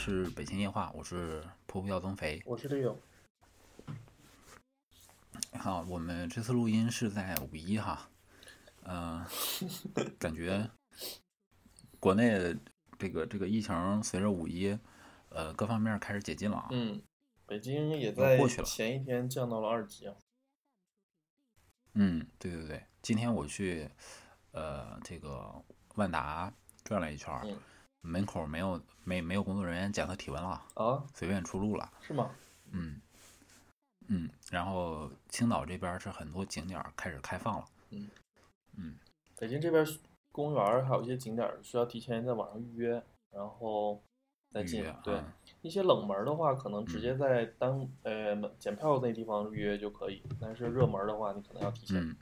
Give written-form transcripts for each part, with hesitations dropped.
是北京夜话，我是噗噗要增肥。 我是队友。 好，我们这次录音是在5·1哈，感觉国内这个疫情随着5·1，各方面开始解禁了啊。 北京也在过去了前一天降到了2级啊。 对，今天我去这个万达转了一圈，门口没有工作人员检测体温了啊， 随便出入了。 是吗？ 然后青岛这边是很多景点开始开放了。 北京这边公园还有一些景点需要提前在网上预约，然后再进。对，一些冷门的话，可能直接在检票那地方预约就可以，但是热门的话，你可能要提前。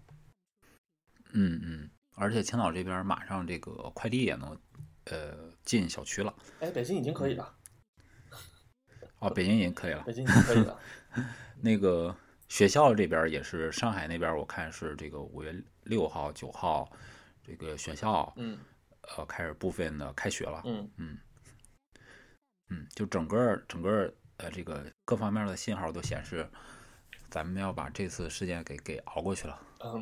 而且青岛这边马上这个快递也能进小区了。 北京已经可以了。 北京已经可以了。 北京已经可以了。 那个学校这边也是，上海那边我看是这个5月6号、9号，这个学校开始部分的开学了。就整个这个各方面的信号都显示，咱们要把这次事件给熬过去了。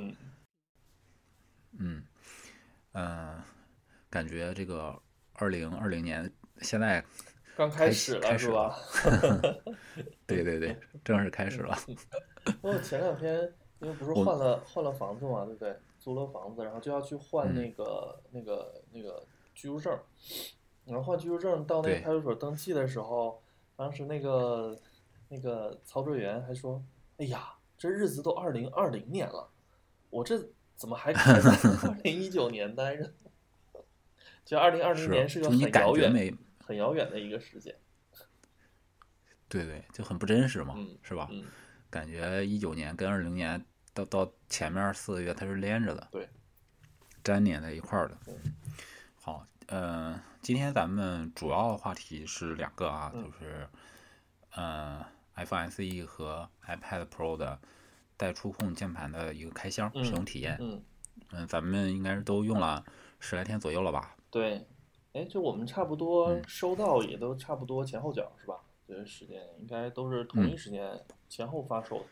感觉这个2020年现在刚开始了是吧？ 对，正式开始了。 前2天因为不是换了房子嘛，对不对？租了房子，然后就要去换那个居住证，然后换居住证到那个派出所登记的时候，当时那个操作员还说：“哎呀，这日子都2020年了，我这怎么还在2019年待着？”就2020年是个很遥远的一个时间。 对，就很不真实嘛，是吧？感觉19年跟20年到前面4个月它是连着的， 对， 粘连在一块儿的。好，今天咱们主要的话题是2个啊，就是iPhone SE 和 iPad Pro 的带触控键盘的一个开箱使用体验。咱们应该是都用了10来天左右了吧？ 对，就我们差不多收到也都差不多前后脚是吧？这个时间应该都是同一时间前后发售的。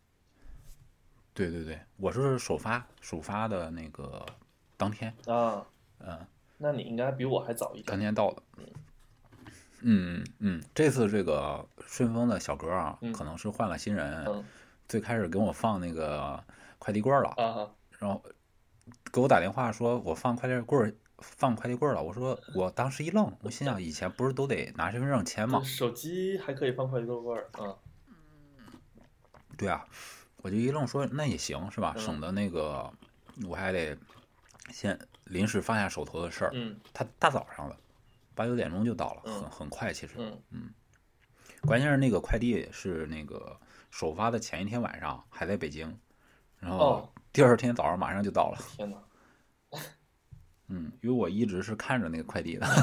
对，我是首发的那个当天啊。那你应该比我还早一点。 当天到的。这次这个顺丰的小哥啊，可能是换了新人，最开始给我放那个快递柜了，然后给我打电话说我放快递柜了。我说我当时一愣，我心想以前不是都得拿身份证签吗？ 手机还可以放快递柜对啊，我就一愣说那也行是吧？省得那个我还得先临时放下手头的事儿。他大早上的8、9点钟就到了，很快其实。关键是那个快递是那个首发的前一天晚上还在北京，然后第2天早上马上就到了。 天哪！ 因为我一直是看着那个快递的。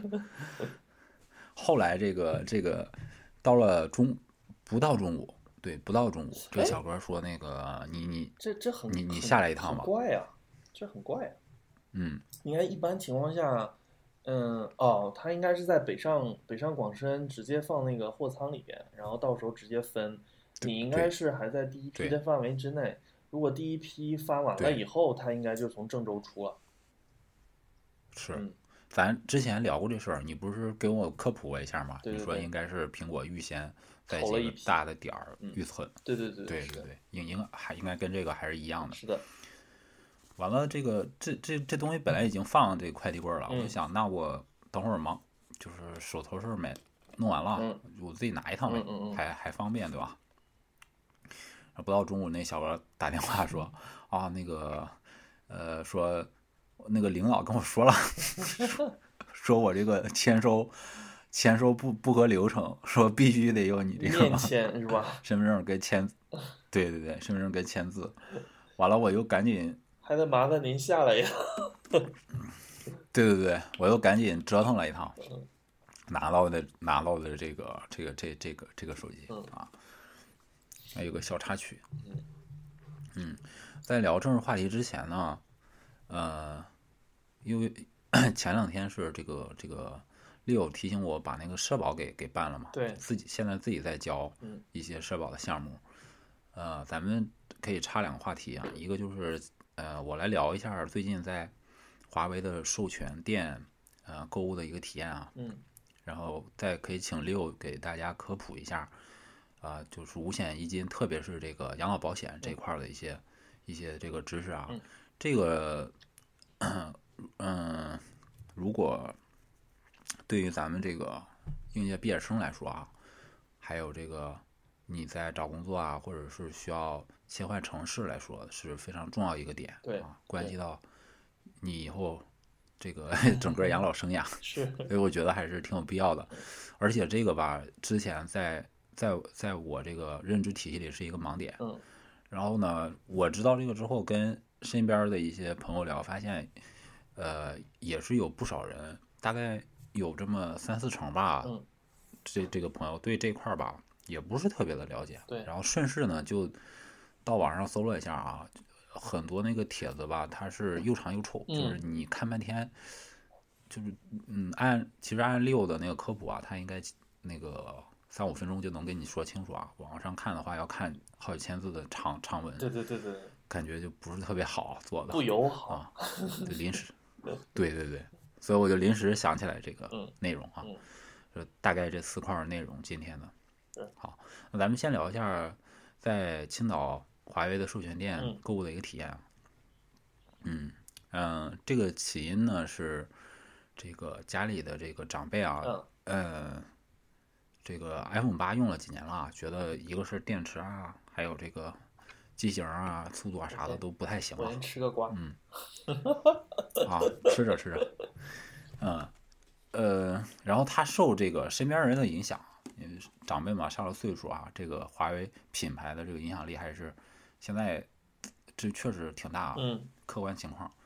后来这个到了不到中午，这小哥说那个你下来一趟吧。 很怪呀，这很怪呀。应该一般情况下，他应该是在北上广深直接放那个货仓里边，然后到时候直接分。你应该是还在第一批的范围之内。如果第一批发完了以后，他应该就从郑州出了。 是，咱之前聊过这事儿，你不是给我科普过一下吗？ 对， 你说应该是苹果预先在几个大的点儿预存。 对， 应该跟这个还是一样的。 是的。 完了，这东西本来已经放这个快递柜了，我就想，那我等会儿忙，就是手头事儿没弄完了，我自己拿一趟呗，还方便，对吧？不到中午，那小哥打电话说那个说那个领导跟我说了，说我这个签收不合流程，说必须得用你这个面签是吧？ 身份证跟签，对，身份证跟签字。完了，我又赶紧还得麻烦您下来呀。 对，我又赶紧折腾了一趟，拿到的这个手机啊，还有个小插曲。在聊正式话题之前呢，因为前2天是这个 Leo 提醒我把那个社保给办了嘛， 对， 现在自己在交一些社保的项目。咱们可以插2个话题啊，一个就是我来聊一下最近在华为的授权店购物的一个体验啊，然后再可以请Leo给大家科普一下就是五险一金，特别是这个养老保险这块的一些这个知识啊。这个如果对于咱们这个应届毕业生来说啊，还有这个你在找工作啊，或者是需要切换城市来说，是非常重要一个点， 对关系到你以后这个整个养老生涯， 是， 所以我觉得还是挺有必要的。而且这个吧，之前在我这个认知体系里是一个盲点，然后呢，我知道这个之后，跟身边的一些朋友聊，发现也是有不少人，大概有这么3-4成吧，这个朋友对这块吧也不是特别的了解， 对， 然后顺势呢就到网上搜了一下啊，很多那个帖子吧，它是又长又臭，就是你看半天，就是其实按Leo的那个科普啊，它应该那个3-5分钟就能跟你说清楚啊，网上看的话要看好几千字的长文， 对， 感觉就不是特别好做的， 不友好啊，就临时，对，所以我就临时想起来这个内容啊，就大概这4块内容今天的。好，那咱们先聊一下在青岛华为的授权店购物的一个体验。这个起因呢是这个家里的这个长辈啊，这个 iPhone 8用了几年了，觉得一个是电池啊，还有这个机型啊、速度啊啥的都不太行了。 我先吃个瓜。 吃着。然后他受这个身边人的影响，因为长辈嘛上了岁数啊，这个华为品牌的这个影响力还是现在这确实挺大客观情况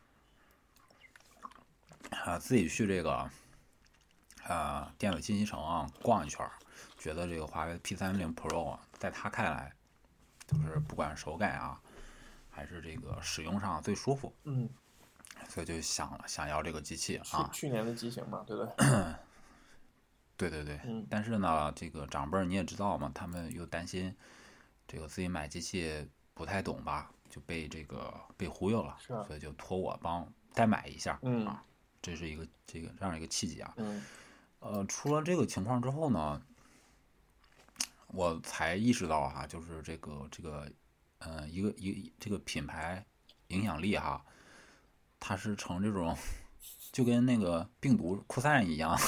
自己去这个电子信息城啊逛一圈，觉得这个华为 P30 Pro 啊，在他看来就是不管手感啊还是这个使用上最舒服，所以就想要这个机器啊。 去年的机型嘛，对不对？对，但是呢，这个长辈你也知道嘛，他们又担心这个自己买机器不太懂吧，就被忽悠了，所以就托我帮代买一下这是一个这样一个契机啊。出了这个情况之后呢，我才意识到就是这个这个品牌影响力它是呈这种就跟那个病毒扩散一样。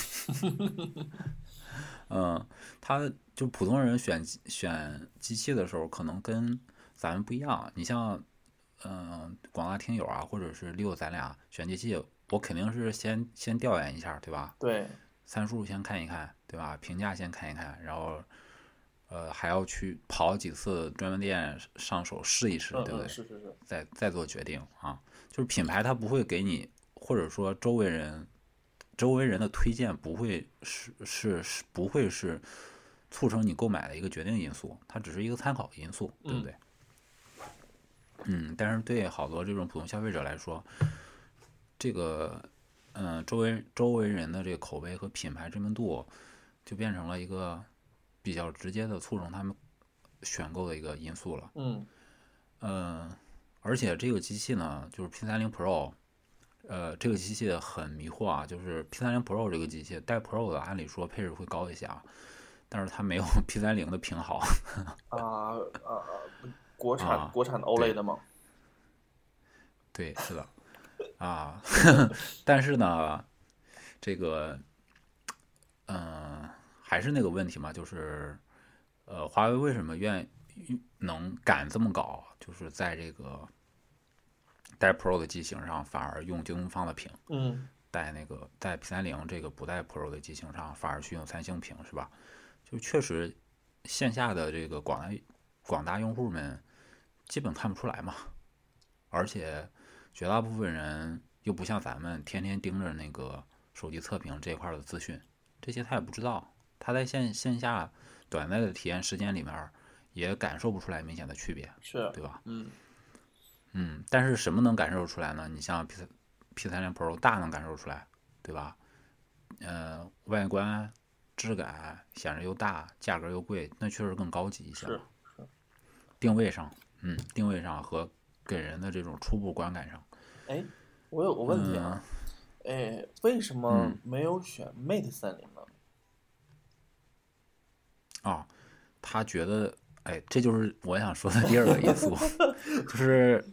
它就普通人选机器的时候，可能跟咱们不一样。你像广大听友啊，或者是Leo咱俩选机器，我肯定是先调研一下，对吧？ 对， 参数先看一看，对吧？评价先看一看，然后还要去跑几次专门店上手试一试，对不对？ 是。 再做决定啊。就是品牌它不会给你，或者说周围人的推荐不会不会是促成你购买的一个决定因素，它只是一个参考因素，对不对？但是对好多这种普通消费者来说，这个周围人的这个口碑和品牌知名度就变成了一个比较直接的促成他们选购的一个因素了。而且这个机器呢，就是 P30 Pro，这个机器很迷惑啊，就是 P30 Pro 这个机器带 Pro 的，按理说配置会高一些但是它没有 P30 的屏好。 国产的 OLED 吗？ 对，是的但是呢，这个还是那个问题嘛，就是华为为什么能敢这么搞，就是在这个带 Pro 的机型上反而用京东方的屏，带 P30 这个不带 Pro 的机型上反而去用三星屏，是吧？就确实线下的这个广大用户们基本看不出来嘛，而且绝大部分人又不像咱们天天盯着那个手机测评这一块的资讯，这些他也不知道，他在线下短暂的体验时间里面也感受不出来明显的区别， 是对吧？但是什么能感受出来呢？你像 P30 Pro 大能感受出来，对吧？ 外观、质感显示又大，价格又贵，那确实更高级一些了。 是。 定位上和给人的这种初步观感上。 哎，我有个问题啊，为什么没有选 Mate 30呢？ 他觉得，这就是我想说的第二个因素，就是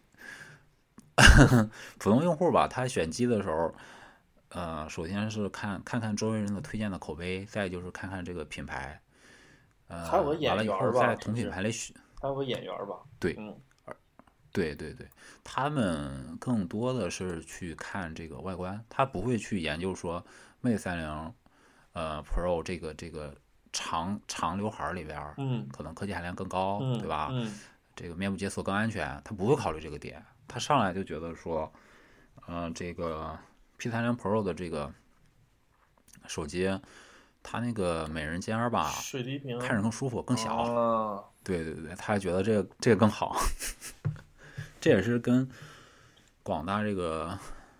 普通用户吧，他选机的时候，首先是看看周围人的推荐的口碑，再就是看看这个品牌， 还有个眼缘吧， 完了以后在同品牌里选， 还有个眼缘吧。 对，对，他们更多的是去看这个外观，他不会去研究说 Mate 30Pro 这个长刘海里边，可能科技含量更高，对吧？这个面部解锁更安全，他不会考虑这个点，他上来就觉得说，这个 P30 Pro 的这个手机，它那个美人尖吧， 水滴屏看着更舒服，更小。对，他觉得这个更好。这也是跟广大这个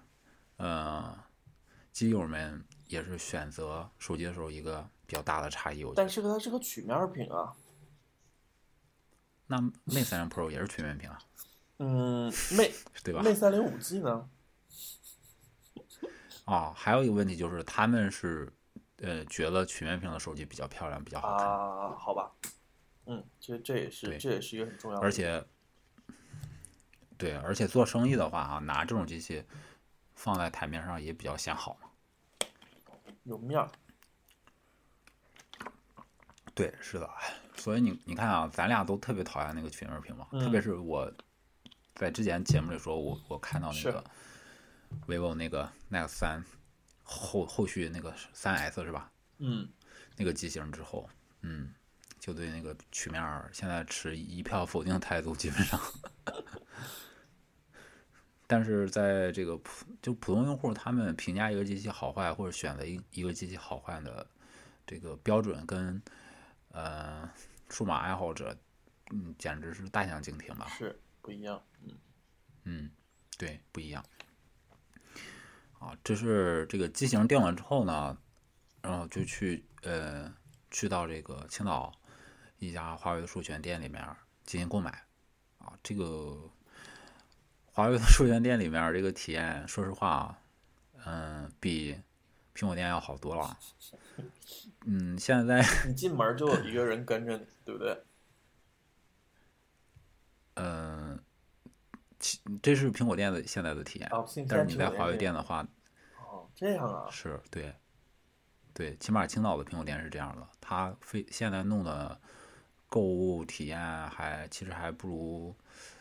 机友们也是选择手机的时候一个比较大的差异。 但是它是个曲面屏啊。 那 Mate 30 Pro 也是曲面屏啊。 对吧？Mate 30 5G 呢？ 还有一个问题就是他们是觉得曲面屏的手机比较漂亮，比较好看啊。好吧，这也是一个很重要的。 而且做生意的话拿这种机器放在台面上也比较显好嘛， 有面儿。 对，是的。所以你看啊，咱俩都特别讨厌那个曲面屏嘛，特别是我在之前节目里说，我看到那个 vivo 那个 Nex 3后续那个 3S 是吧？那个机型之后，就对那个曲面现在持一票否定态度，基本上。但是在这个普通用户，他们评价一个机器好坏或者选择一个机器好坏的这个标准跟数码爱好者，简直是大相径庭吧？ 是不一样。 对，不一样。这是这个机型定了之后呢，然后就去到这个青岛一家华为的授权店里面进行购买。这个华为的授权店里面这个体验，说实话，比苹果店要好多了。现在你进门就有一个人跟着你，对不对？ 这是苹果店的现在的体验。但是你在华为店的话， 这样啊？ 是对，起码青岛的苹果店是这样的，它现在弄的购物体验其实还不如，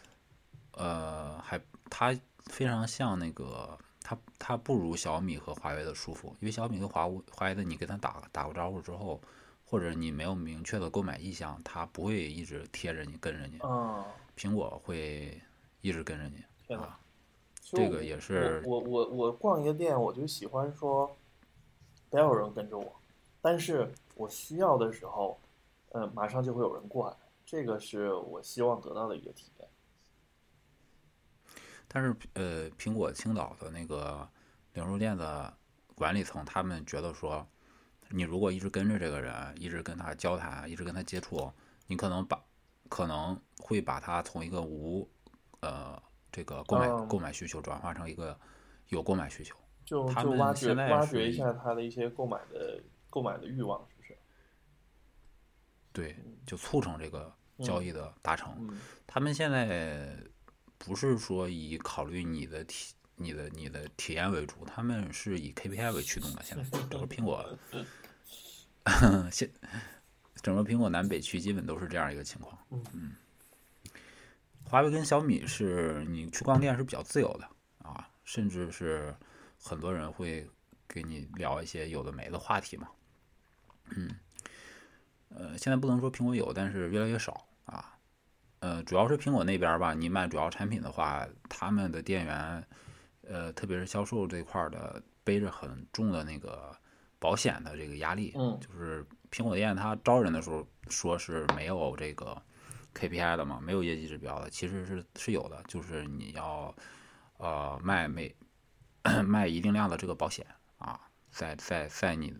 它非常像那个，它不如小米和华为的舒服，因为小米和华为的你跟他打过招呼之后，或者你没有明确的购买意向，它不会一直贴着你跟着你。苹果会一直跟着你。 天哪！ 这个也是我逛一个店，我就喜欢说，不要有人跟着我，但是我需要的时候，马上就会有人过来，这个是我希望得到的一个体验。 但是苹果青岛的那个零售店的管理层，他们觉得说，你如果一直跟着这个人，一直跟他交谈，一直跟他接触，你可能会把他从一个这个购买需求转化成一个有购买需求。 就挖掘一下他的一些购买的欲望，是不是？ 对，就促成这个交易的达成。他们现在不是说以考虑你的体验为主，他们是以 KPI 为驱动的。现在整个苹果，整个苹果南北区基本都是这样一个情况。华为跟小米是你去逛店是比较自由的甚至是很多人会给你聊一些有的没的话题嘛。现在不能说苹果有，但是越来越少主要是苹果那边吧，你买主要产品的话，他们的店员特别是销售这块的背着很重的那个保险的这个压力。就是苹果店它招人的时候说是没有这个KPI 的嘛，没有业绩指标的，其实是有的，就是你要卖一定量的这个保险在你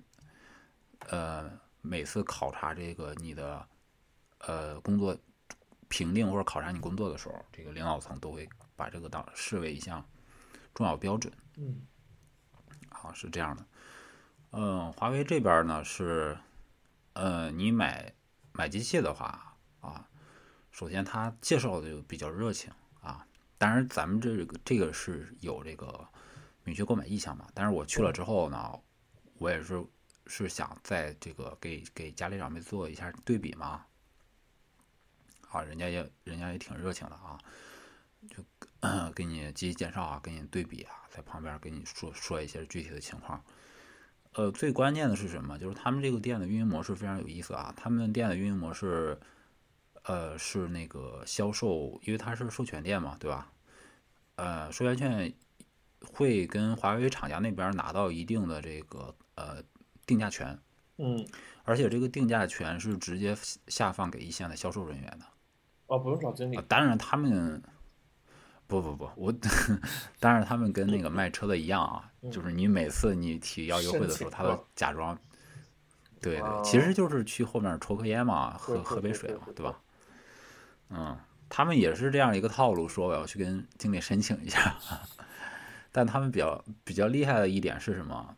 每次考察这个你的工作评定或者考察你工作的时候，这个领导层都会把这个视为一项重要标准。是这样的。华为这边呢是，你买机器的话啊，首先他介绍的就比较热情啊。当然咱们这个是有这个明确购买意向嘛。但是我去了之后呢，我也是想在这个给家里长辈做一下对比嘛。人家也挺热情的啊，就给你机器介绍啊，给你对比啊，在旁边给你说一些具体的情况。最关键的是什么？就是他们这个店的运营模式非常有意思啊。他们店的运营模式，是那个销售，因为它是授权店嘛，对吧？授权券会跟华为厂家那边拿到一定的这个定价权。而且这个定价权是直接下放给一线的销售人员的。 不用找经理。 当然他们我当然他们跟那个卖车的一样啊，就是你每次你提要优惠的时候，他都假装，对，其实就是去后面抽颗烟嘛，喝杯水嘛，对吧？他们也是这样一个套路，说我要去跟经理申请一下。但他们比较厉害的一点是什么？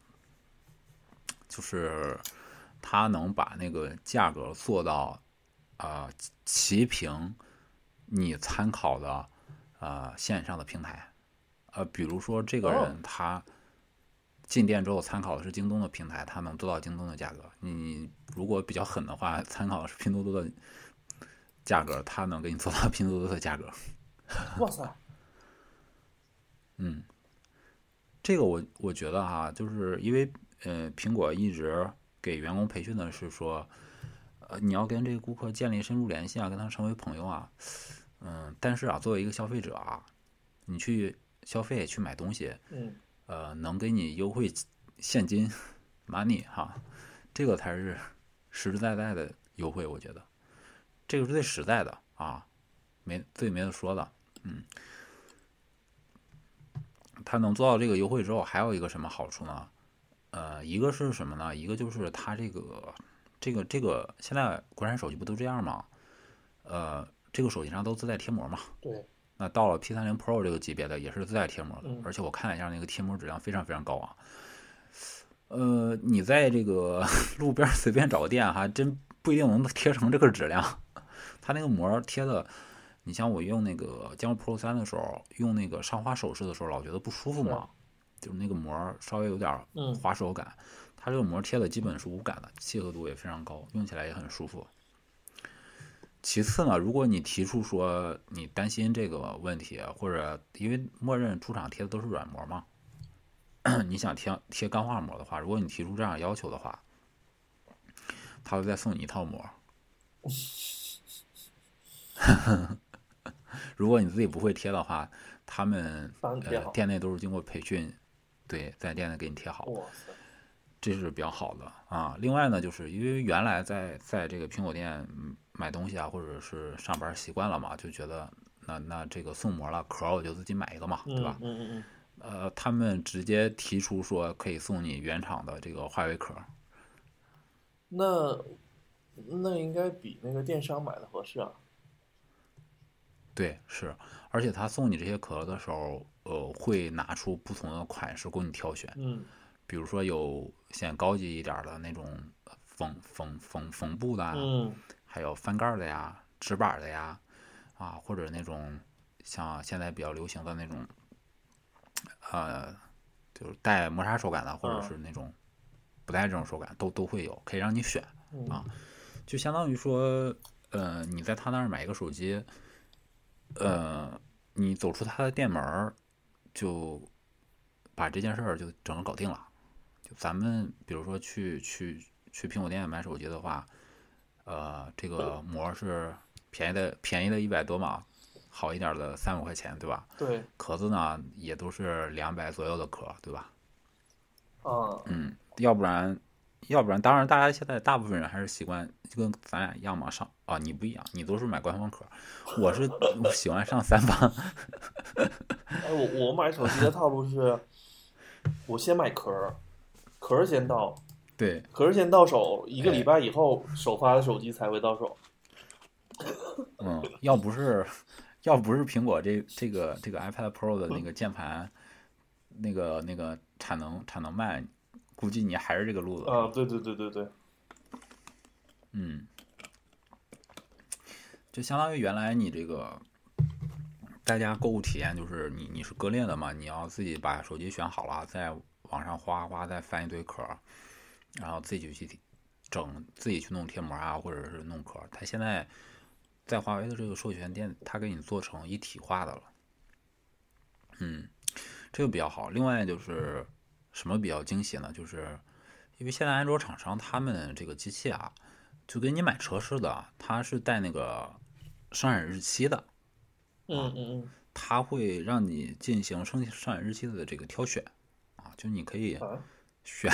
就是他能把那个价格做到齐平你参考的线上的平台。比如说这个人他进店之后参考的是京东的平台，他能做到京东的价格。你如果比较狠的话，参考的是拼多多的价格，他能给你做到拼多多的价格。 哇塞！ 这个我觉得哈，就是因为苹果一直给员工培训的是说，你要跟这个顾客建立深入联系啊，跟他成为朋友啊。但是啊，作为一个消费者啊，你去消费去买东西，能给你优惠现金 money 哈，这个才是实实在在的优惠，我觉得这个是最实在的啊，最没得说的。他能做到这个优惠之后，还有一个什么好处呢？一个是什么呢？一个就是他这个现在国产手机不都这样吗？这个手机上都自带贴膜嘛。 对。 那到了 P30 Pro 这个级别的也是自带贴膜的，而且我看了一下那个贴膜质量非常非常高啊。你在这个路边随便找个店还真不一定能贴成这个质量。它那个膜贴的，你像我用那个江户 Pro 3的时候，用那个上花手势的时候，老觉得不舒服嘛，就是那个膜稍微有点滑手感。它这个膜贴的基本是无感的，契合度也非常高，用起来也很舒服。其次呢，如果你提出说你担心这个问题，或者因为默认出厂贴的都是软膜嘛，你想贴钢化膜的话，如果你提出这样要求的话，他会再送你一套膜。如果你自己不会贴的话，他们店内都是经过培训，对，在店内给你贴好。这是比较好的啊。另外呢，就是因为原来在这个苹果店买东西啊，或者是上班习惯了嘛，就觉得那这个送膜了，壳我就自己买一个嘛，对吧？他们直接提出说可以送你原厂的这个华为壳。 那应该比那个电商买的合适啊。 对，是，而且他送你这些壳的时候，会拿出不同的款式供你挑选。比如说有显高级一点的那种缝布的啊，还有翻盖的呀、直板的呀，或者那种像现在比较流行的那种，就是带磨砂手感的，或者是那种不带这种手感，都会有，可以让你选啊。就相当于说，你在他那儿买一个手机，你走出他的店门，就把这件事儿就整个搞定了。就咱们比如说去苹果店买手机的话，这个膜是便宜的100多嘛，好一点的3-5块钱，对吧？ 对。 壳子呢也都是200左右的壳，对吧？要不然，当然大家现在大部分人还是习惯就跟咱俩一样嘛，你不一样，你都是买官方壳，我是喜欢上3方。 我买手机的套路是，我先买壳， 壳先到， 对， 壳先到手，1个礼拜以后首发的手机才会到手。 要不是苹果这个 iPad Pro 的那个键盘，那个产能慢，估计你还是这个路子。 啊，对对对对对。 就相当于原来你这个大家购物体验就是你是割裂的嘛，你要自己把手机选好了，在网上哗再翻一堆壳，然后自己去整，自己去弄贴膜啊，或者是弄壳。它现在在华为的这个授权店，它给你做成一体化的了。这个比较好。另外就是什么比较惊喜呢？就是因为现在安卓厂商他们这个机器啊，就跟你买车似的，它是带那个生产日期的。它会让你进行生产日期的这个挑选啊，就你可以选。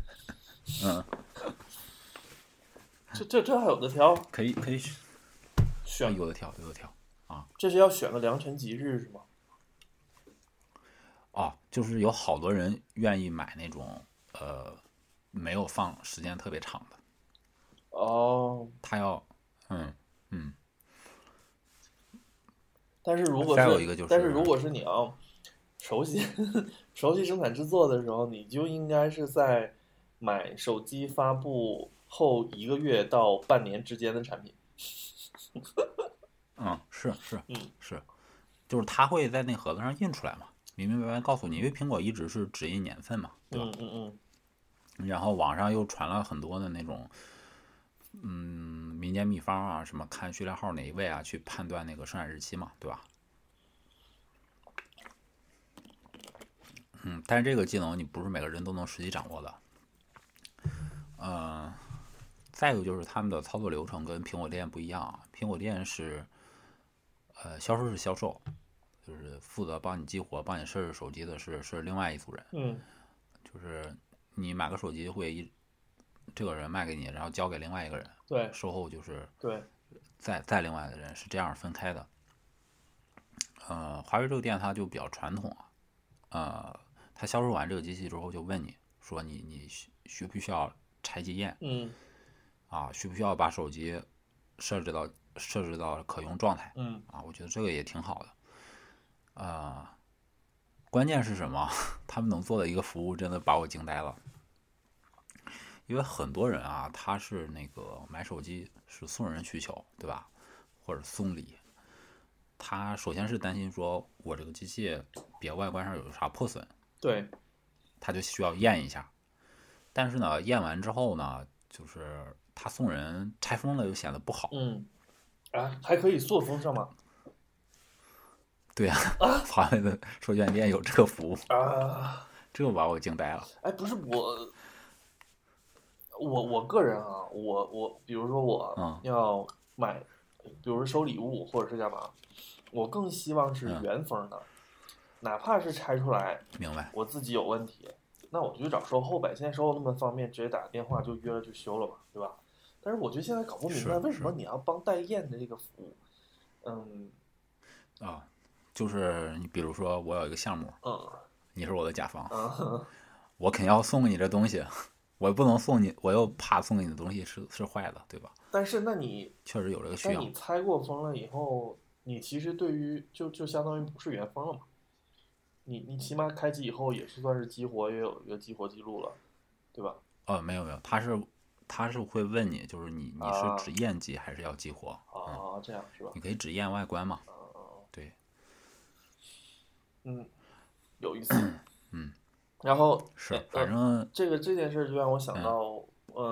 这还有的挑？ 可以选， 有的挑啊。 这是要选个良辰吉日是吗？ 就是有好多人愿意买那种没有放时间特别长的。他要但是如果再有一个就是， 但是如果是你要熟悉生产制作的时候，你就应该是在买手机发布后1个月到半年之间的产品。 是，就是他会在那盒子上印出来嘛，明明白白告诉你，因为苹果一直是只印年份嘛，对吧？然后网上又传了很多的那种民间秘方啊，什么看序列号哪一位啊，去判断那个生产日期嘛，对吧？但是这个技能你不是每个人都能实际掌握的。再有就是他们的操作流程跟苹果店不一样啊，苹果店是销售是销售，就是负责帮你激活、帮你设置手机的是另外一组人。就是你买个手机会这个人卖给你，然后交给另外一个人。 对， 售后就是对， 再另外的人，是这样分开的。华为这个店它就比较传统啊。他销售完这个机器之后就问你说你需不需要拆机验？需不需要把手机设置到可用状态？我觉得这个也挺好的。关键是什么？他们能做的一个服务真的把我惊呆了。因为很多人啊，他是那个买手机是送人需求，对吧？或者送礼，他首先是担心说我这个机器别外观上有啥破损， 对， 他就需要验一下。但是呢，验完之后呢，就是他送人拆封了又显得不好。 还可以塑封上吗？ 对呀，华为的授权店有这个服务啊， 这个把我惊呆了。 不是我个人啊，我比如说我要买，比如说收礼物或者是干嘛，我更希望是原封的，哪怕是拆出来， 明白， 我自己有问题，那我就去找售后呗。现在售后那么方便，直接打个电话就约了就修了嘛，对吧？但是我觉得现在搞不明白为什么你要帮代验的这个服务。 就是你比如说我有一个项目，你是我的甲方，我肯定要送给你这东西，我又不能送你，我又怕送给你的东西是坏的，对吧？ 但是那你确实有这个需要。 那你拆过封了以后，你其实对于就相当于不是原封了嘛？你起码开机以后也是算是激活，也有一个激活记录了，对吧？ 没有，他是会问你，就是你是只验机还是要激活？ 这样是吧？ 你可以只验外观嘛。对。 有意思。然后是，反正这件事就让我想到，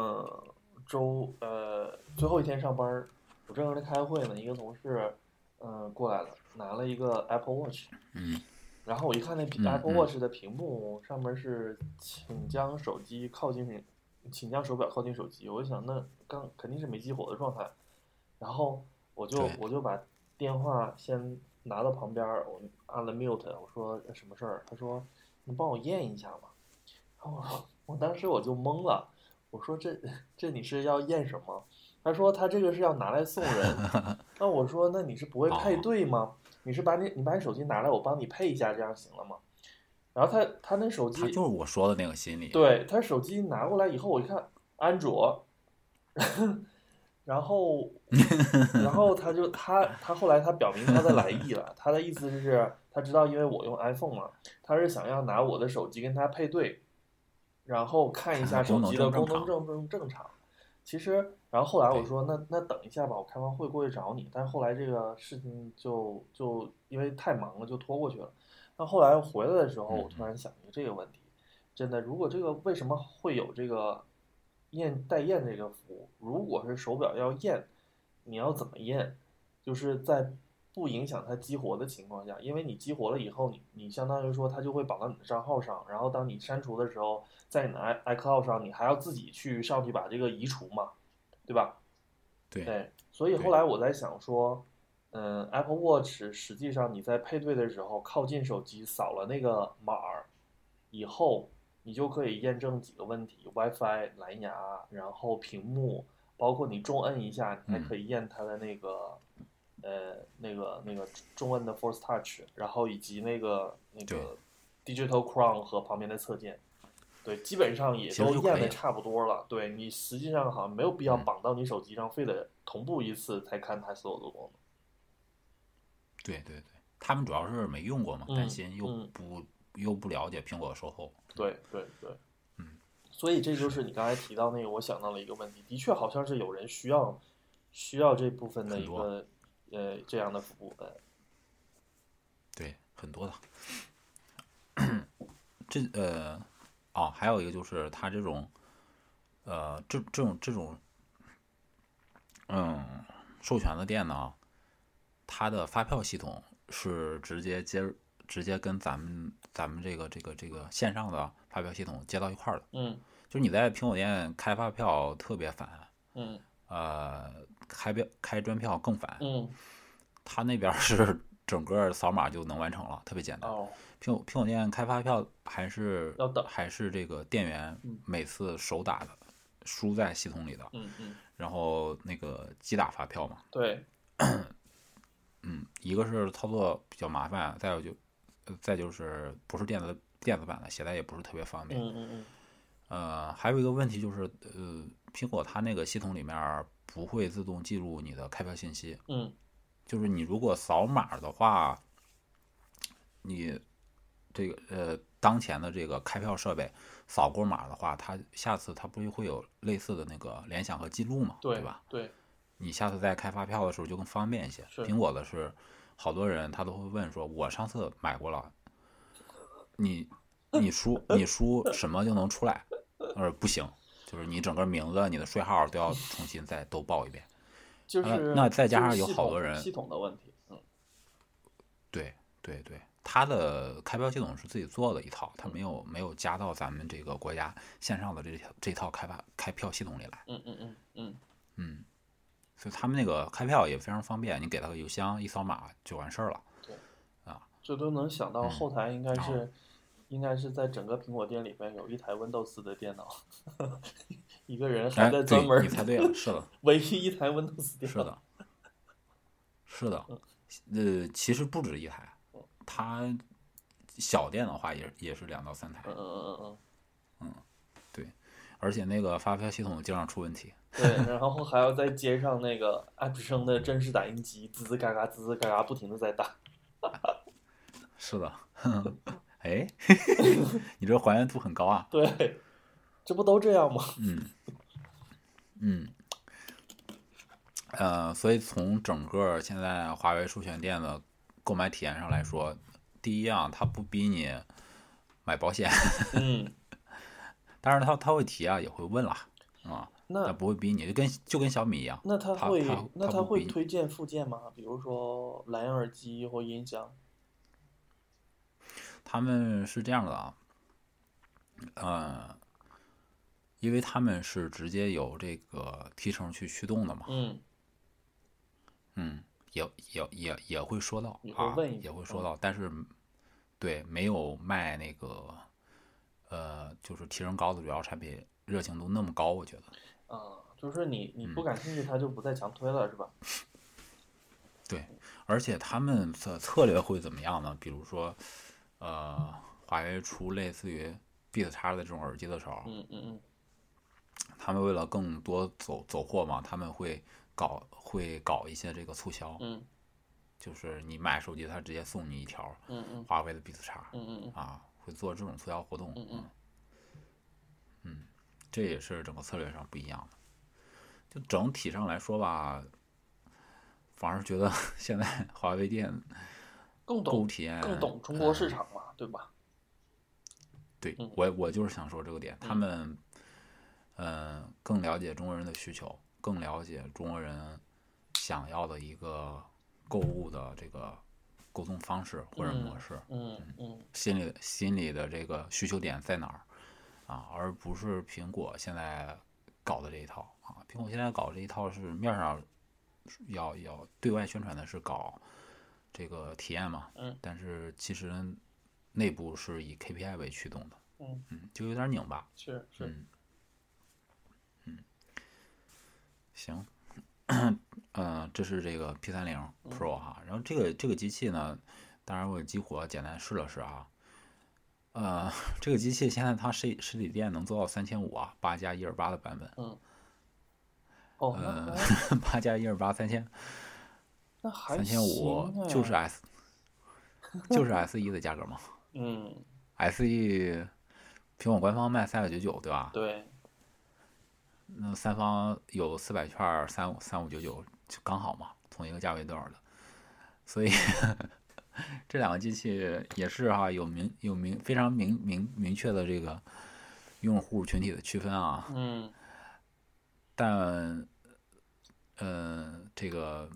最后一天上班，我正在开会呢，一个同事，过来了，拿了一个 Apple Watch，然后我一看那Apple Watch 的屏幕上面是请将手表靠近手机，我就想那肯定是没激活的状态，然后我就把电话先拿到旁边，我按了 mute， 我说什么事儿？他说你帮我验一下嘛。然后我当时我就懵了，我说这你是要验什么？他说他这个是要拿来送人。那我说那你是不会配对吗？你是把你手机拿来，我帮你配一下，这样行了吗？ 然后他那手机， 他就是我说的那个心理。 对，他手机拿过来以后，我一看安卓，然后他后来他表明他的来意了，他的意思是他知道，因为我用 iPhone 嘛，他是想要拿我的手机跟他配对，然后看一下手机的功能正不正常。其实，然后后来我说那等一下吧，我开完会过去找你。但是后来这个事情就因为太忙了就拖过去了。那后来回来的时候，我突然想一个这个问题，真的，如果这个为什么会有这个带验这个服务？如果是手表要验，你要怎么验？就是在不影响它激活的情况下，因为你激活了以后，你相当于说它就会绑到你的账号上，然后当你删除的时候，在你的 iCloud 上，你还要自己去上去把这个移除嘛，对吧？ 对， 所以后来我在想说，Apple Watch 实际上你在配对的时候，靠近手机扫了那个码儿以后，你就可以验证几个问题：WiFi、蓝牙，然后屏幕，包括你重摁一下，你还可以验它的那个。那个中文的 Force Touch，然后以及那个 Digital Crown 和旁边的侧键，对，基本上也都验的差不多了。对，你实际上好像没有必要绑到你手机上，非得同步一次才看它所有的功能。 对，他们主要是没用过嘛，担心又不了解苹果的售后。 对，所以这就是你刚才提到那个，我想到了一个问题，的确好像是有人需要这部分的一个。这样的服务， 对，很多的。还有一个就是它这种，这种，授权的店呢，它的发票系统是直接跟咱们这个线上的发票系统接到一块儿的。就是你在苹果店开发票特别烦。开专票更烦。他那边是整个扫码就能完成了，特别简单。苹果店开发票还是这个店员每次手打的，输在系统里的。然后那个机打发票嘛。 对。 一个是操作比较麻烦，再就是不是电子版的，携带也不是特别方便。还有一个问题就是，苹果它那个系统里面不会自动记录你的开票信息。就是你如果扫码的话，你这个当前的这个开票设备扫过码的话，它下次它不会有类似的那个联想和记录嘛，对吧？ 对。 你下次在开发票的时候就更方便一些。苹果的是，好多人他都会问说，我上次买过了，你输什么就能出来？不行，就是你整个名字、你的税号都要重新再都报一遍。 就是那再加上有好多人系统的问题。 对，他的开票系统是自己做的一套，他没有加到咱们这个国家线上的这套开票系统里来。所以他们那个开票也非常方便，你给他个邮箱，一扫码就完事儿了。 对。这都能想到后台应该是在整个苹果店里边有一台 Windows 的电脑，一个人还在专门。 你猜对了，是的。 唯一一台 Windows 电脑。 是的。其实不止一台，它小店的话也是2到3台。对，而且那个发票系统经常出问题。 对，然后还要再接上那个爱普生的真实打印机，滋滋嘎嘎滋滋嘎嘎不停的在打。 是的。哎，你这还原度很高啊。 对，这不都这样吗？ 所以从整个现在华为授权店的购买体验上来说，第一样它不逼你买保险。当然他会提啊，也会问啦。那不会逼你，就跟小米一样。 那他会推荐附件吗？比如说蓝牙耳机或音箱？ 他们是这样的啊，因为他们是直接有这个提成去驱动的嘛。也会说到啊，也会说到，但是对没有卖那个就是提成高的主要产品热情度那么高，我觉得。 就是你不感兴趣，他就不再强推了，是吧？ 对，而且他们的策略会怎么样呢？比如说， 华为出类似于 Beats X 的这种耳机的时候，他们为了更多走货嘛，他们会搞一些这个促销，就是你买手机，他直接送你一条华为的 Beats X，啊，会做这种促销活动，这也是整个策略上不一样的。就整体上来说吧，反而觉得现在华为店更购物体验更懂中国市场嘛，对吧？ 对，我就是想说这个点，他们更了解中国人的需求，更了解中国人想要的一个购物的这个沟通方式或者模式，心里的这个需求点在哪儿啊，而不是苹果现在搞的这一套啊。苹果现在搞这一套是面上要对外宣传的是搞这个体验嘛，但是其实内部是以 KPI 为驱动的，就有点拧巴。 是， 行，这是这个 P30 Pro 哈，然后这个机器呢，当然我激活简单试了试啊，这个机器现在它实体店能做到3500啊，8+128的版本，8+1283000， 那还 3500就是 SE 的价格嘛，SE 苹果官方卖3999对吧？ 对。 那三方有400券，3599就刚好嘛，同一个价位段的，所以这两个机器也是哈，有非常明确的这个用户群体的区分啊。但这个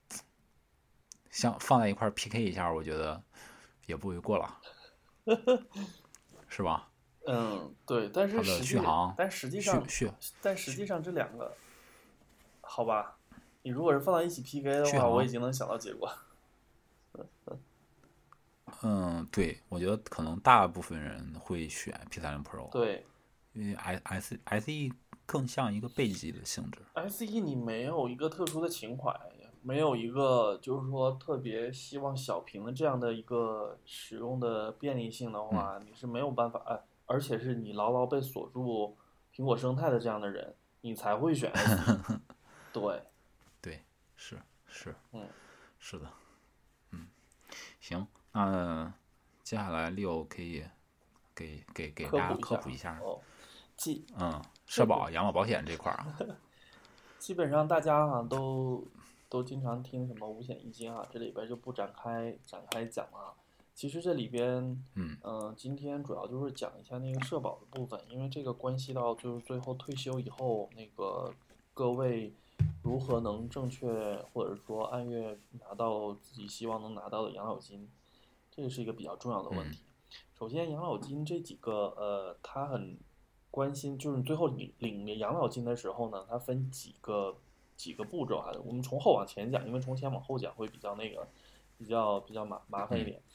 放在一块 PK 一下，我觉得也不为过了，是吧？ 对，但是续航， 实际上这两个，好吧，你如果是放到一起 PK 的话，我已经能想到结果。 对，我觉得可能大部分人会选 P30 Pro。 对， 因为 SE 更像一个备机的性质。 SE 你没有一个特殊的情怀，没有一个就是说特别希望小屏的这样的一个使用的便利性的话，你是没有办法，而且是你牢牢被锁住苹果生态的这样的人，你才会选 SE。 对，是，是的，行，那接下来Leo可以给大家科普一下，社保、养老保险这块儿啊， 基本上大家都经常听什么五险一金啊，这里边就不展开讲了。其实这里边，今天主要就是讲一下那个社保的部分，因为这个关系到就是最后退休以后那个各位如何能正确或者说按月拿到自己希望能拿到的养老金，这个是一个比较重要的问题。首先，养老金这几个他很关心，就是最后你领养老金的时候呢，它分几个步骤啊。我们从后往前讲，因为从前往后讲会比较比较麻烦一点。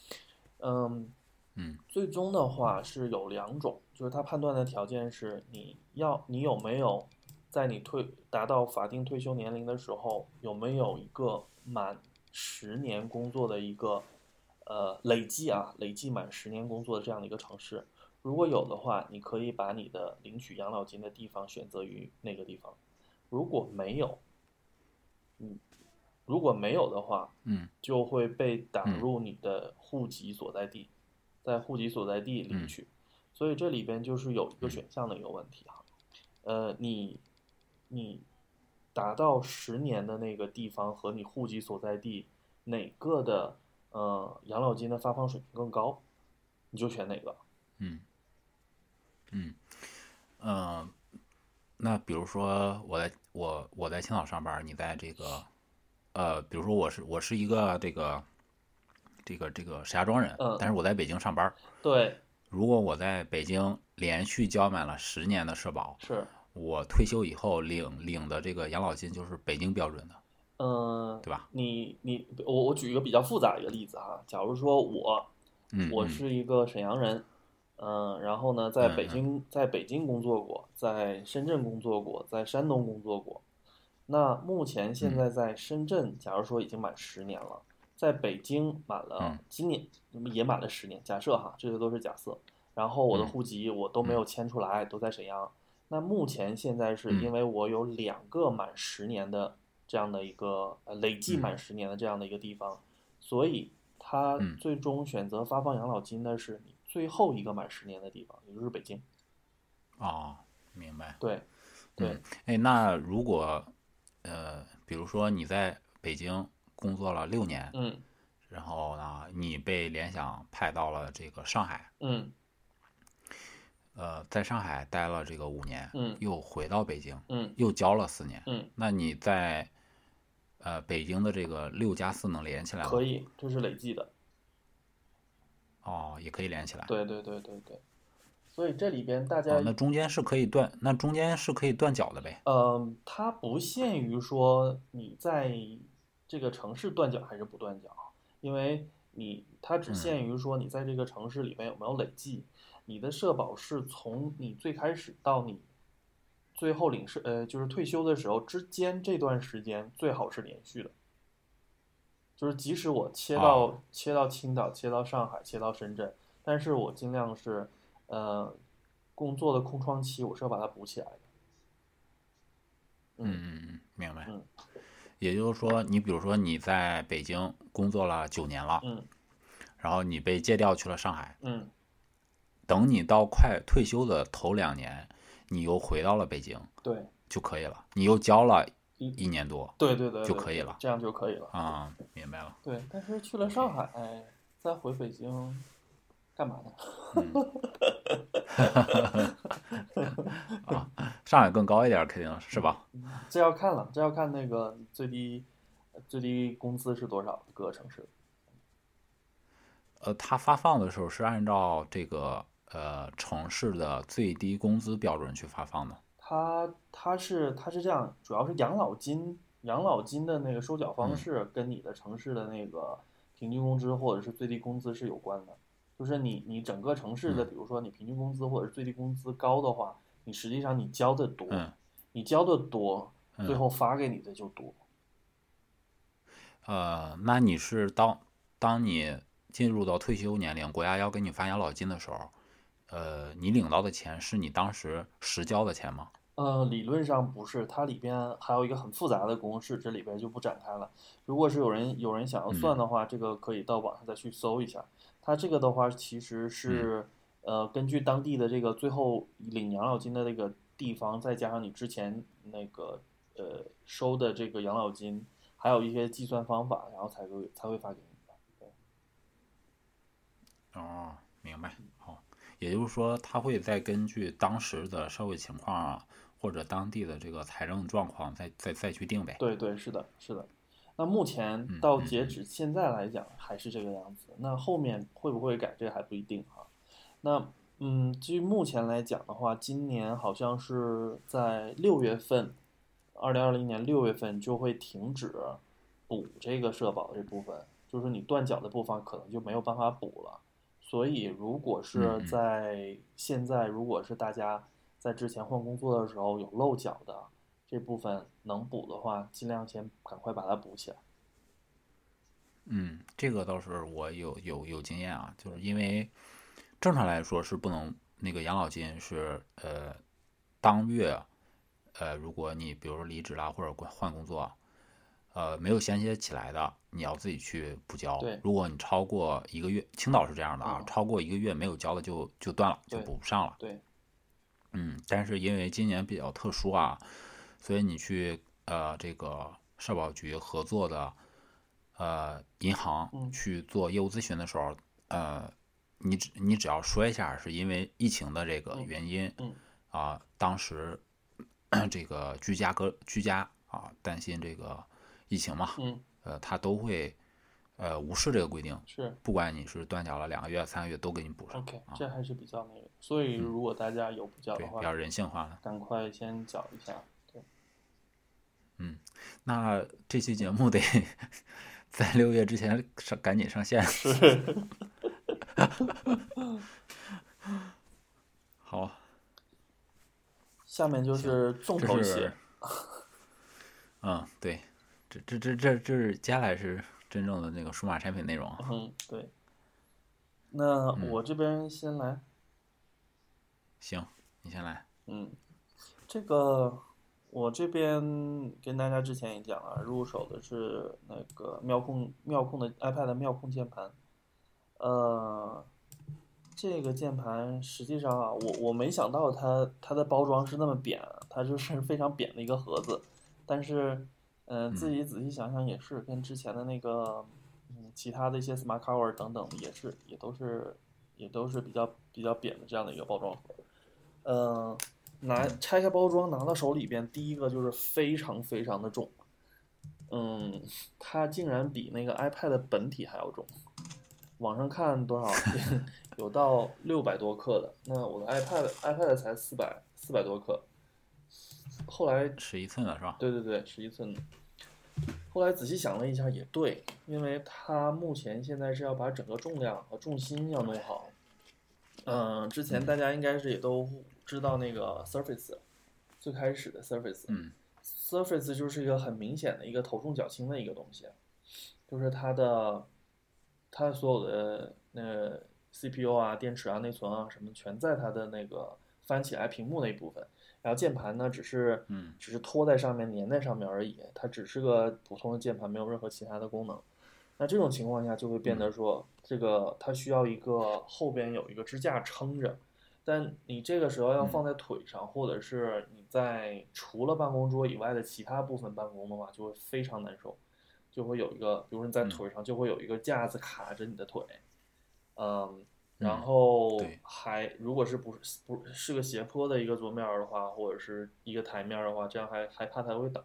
最终的话是有2种，就是他判断的条件是你有没有在你达到法定退休年龄的时候，有没有一个满10年工作的一个累计满10年工作的这样的一个城市。如果有的话，你可以把你的领取养老金的地方选择于那个地方。如果没有的话，就会被打入你的户籍所在地，在户籍所在地领取。所以这里边就是有一个选项的一个问题哈。你达到10年的那个地方和你户籍所在地哪个的养老金的发放水平更高，你就选哪个。 那比如说我在青岛上班，你在这个比如说我是一个这个石家庄人，但是我在北京上班。 对。 如果我在北京连续交满了10年的社保， 是我退休以后领的这个养老金就是北京标准的，对吧？ 我举一个比较复杂的一个例子哈，假如说我是一个沈阳人，然后呢在北京工作过，在深圳工作过，在山东工作过。那目前现在在深圳，假如说已经满10年了， 在北京满了，今年也满了10年，假设哈，这些都是假设。然后我的户籍我都没有迁出来，都在沈阳。那目前现在是因为我有2个满10年的这样的一个累计满10年的这样的一个地方，所以他最终选择发放养老金的是你最后一个满10年的地方，也就是北京。 哦，明白。 对，对。 哎，那如果比如说你在北京工作了6年，然后呢，你被联想派到了这个上海，在上海待了这个5年，又回到北京，又教了4年，那你在北京的这个6+4能连起来吗？ 可以，这是累计的。 哦，也可以连起来。 对。所以这里边大家那中间是可以断脚的呗？ 它不限于说你在这个城市断脚还是不断脚，因为它只限于说你在这个城市里面有没有累计。你的社保是从你最开始到你最后就是退休的时候之间这段时间最好是连续的，就是即使我切到青岛、切到上海、切到深圳，但是我尽量是工作的空窗期我是要把它补起来的。 明白。也就是说，你比如说你在北京工作了9年了，然后你被借调去了上海，等你到快退休的头2年，你又回到了北京， 对， 就可以了。你又教了1年多， 对， 就可以了， 这样就可以了啊，明白了。 对，但是去了上海，再回北京，干嘛呢？ 上海更高一点，肯定是吧？ 这要看那个最低工资是多少，各个城市。 它发放的时候是按照这个城市的最低工资标准去发放的。 它是这样，主要是养老金的那个收缴方式跟你的城市的那个平均工资或者是最低工资是有关的。就是你整个城市的，比如说你平均工资或者是最低工资高的话，你实际上你交的多，最后发给你的就多。 那你是当你进入到退休年龄，国家要给你发养老金的时候，你领到的钱是你当时实交的钱吗？ 理论上不是，它里边还有一个很复杂的公式，这里边就不展开了。如果是有人想要算的话，这个可以到网上再去搜一下。它这个的话其实是根据当地的这个最后领养老金的那个地方，再加上你之前那个收的这个养老金，还有一些计算方法，然后才会发给你的。 对。哦，明白。好，也就是说，他会再根据当时的社会情况啊，或者当地的这个财政状况再去定呗。 对，是的。那目前到截止现在来讲还是这个样子，那后面会不会改这个还不一定哈。那据目前来讲的话，今年好像是在6月份，2020年6月份就会停止补这个社保这部分，就是你断缴的部分可能就没有办法补了。所以如果是在现在，如果是大家在之前换工作的时候有漏缴的这部分能补的话，尽量先赶快把它补起来。 这个倒是我有经验啊，就是因为正常来说是不能那个养老金是当月如果你比如说离职啦或者换工作，没有衔接起来的，你要自己去补交。如果你超过1个月，青岛是这样的啊，超过1个月没有交的就断了，就补不上了。 对。 但是因为今年比较特殊啊，所以你去这个社保局合作的银行去做业务咨询的时候，你只要说一下是因为疫情的这个原因，当时这个居家啊，担心这个疫情嘛，他都会无视这个规定， 是不管你是断缴了2个月、3个月都给你补上。 OK，这还是比较那个，所以如果大家有补缴的话， 比较人性化的， 赶快先缴一下。对， 那这期节目得在6月之前赶紧上线。 是。 好， 下面就是重头戏。 对，这接下来是真正的那个数码产品内容。 对。那我这边先来。 行，你先来。 这个我这边跟大家之前也讲了，入手的是那个妙控的 iPad 妙控键盘。这个键盘实际上啊，我没想到它的包装是那么扁，它就是非常扁的一个盒子。但是，自己仔细想想也是，跟之前的那个，其他的一些 Smart Cover 等等也都是比较扁的这样的一个包装盒。拆开包装拿到手里边，第一个就是非常非常的重。它竟然比那个 iPad 的本体还要重。网上看多少有到600多克的，那我的 iPad 才400多克。后来 11寸的是吧？ 对，11寸的。后来仔细想了一下，也对，因为它目前现在是要把整个重量和重心要弄好。之前大家应该是也都知道那个 Surface， 最开始的 Surface，Surface 就是一个很明显的一个头重脚轻的一个东西，就是它所有的CPU 啊、电池啊、内存啊什么，全在它的那个翻起来屏幕那一部分。然后键盘呢，只是拖在上面、粘在上面而已，它只是个普通的键盘，没有任何其他的功能。那这种情况下就会变得说，这个它需要一个后边有一个支架撑着，但你这个时候要放在腿上，或者是你在除了办公桌以外的其他部分办公的话，就会非常难受。就会有一个，比如你在腿上就会有一个架子卡着你的腿。然后如果是不是个斜坡的一个桌面的话，或者是一个台面的话，这样还怕它会倒。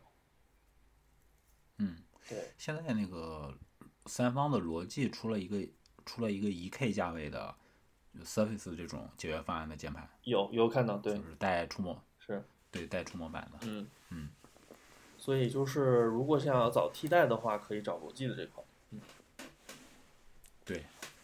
对。 现在那个三方的逻辑出了一个1K 价位的 Surface 这种解决方案的键盘。 有看到，对， 就是带触摸， 是， 对，带触摸板的。 所以就是如果想要找替代的话，可以找罗技的这款。 对。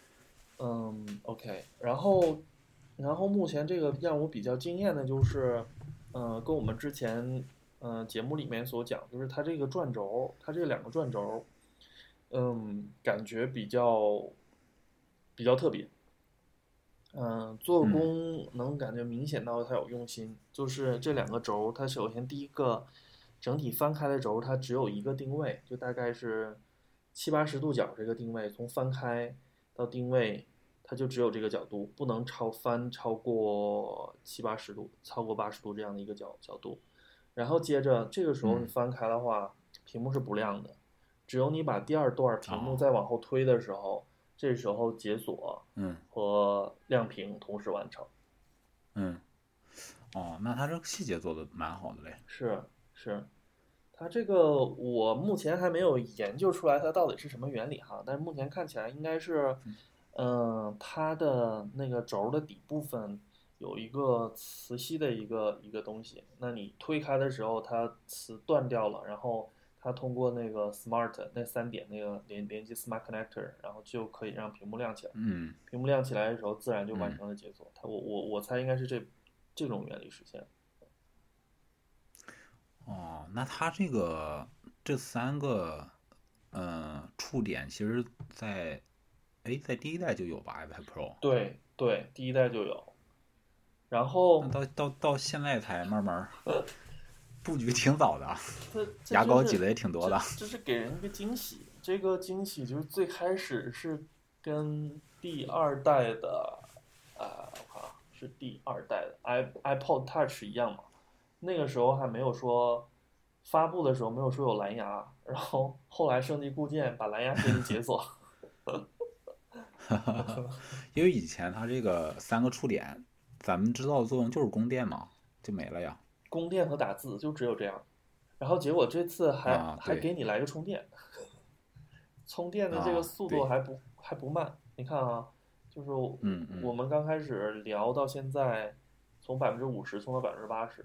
OK，然后目前这个让我比较惊艳的就是，跟我们之前节目里面所讲，就是它这个转轴，它这2个转轴，感觉比较特别。做工能感觉明显到它有用心，就是这2个轴，它首先第一个整体翻开的轴，它只有一个定位，就大概是70-80度角这个定位，从翻开到定位，它就只有这个角度，不能超过70-80度，超过80度这样的一个角度。然后接着这个时候你翻开的话，屏幕是不亮的，只有你把第2段屏幕再往后推的时候，这时候解锁和亮屏同时完成。 那它这个细节做的蛮好的嘞。 是，它这个我目前还没有研究出来它到底是什么原理哈，但是目前看起来应该是，它的那个轴的底部分有一个磁吸的一个东西，那你推开的时候它磁断掉了，然后它通过那个 Smart 那3点那个连接 Smart Connector， 然后就可以让屏幕亮起来。屏幕亮起来的时候，自然就完成了解锁。我猜应该是这种原理实现。 那它这3个触点，其实在第一代就有吧 iPad Pro。 对，第一代就有。然后到现在才慢慢布局挺早的，牙膏挤的也挺多的。 这是给人一个惊喜，这个惊喜就是最开始是跟第2代的，我看是第2代的 iPod Touch 一样嘛。那个时候还没有说发布的时候没有说有蓝牙，然后后来升级固件把蓝牙给你解锁。 因为以前它这个3个触点，咱们知道的作用就是供电嘛，就没了呀。 供电和打字就只有这样，然后结果这次还给你来个充电，充电的这个速度还不慢。你看啊，就是我们刚开始聊到现在，从50%充到80%。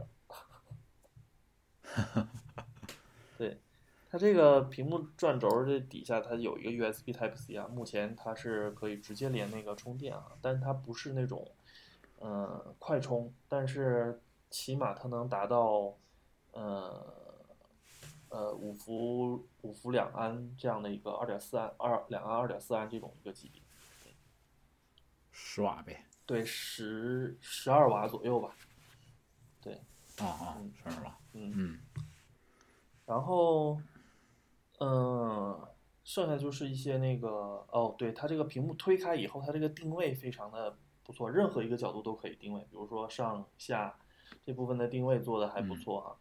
对，它这个屏幕转轴这底下它有一个 USB Type-C 啊，目前它是可以直接连那个充电啊，但是它不是那种快充，但是起码它能达到 5伏2安这样的一个2.4安2安2.4安这种一个级别 ，10瓦呗。 对，12瓦左右吧。对。 12瓦。 然后剩下就是一些那个对，它这个屏幕推开以后，它这个定位非常的不错，任何一个角度都可以定位，比如说上下这部分的定位做的还不错哈。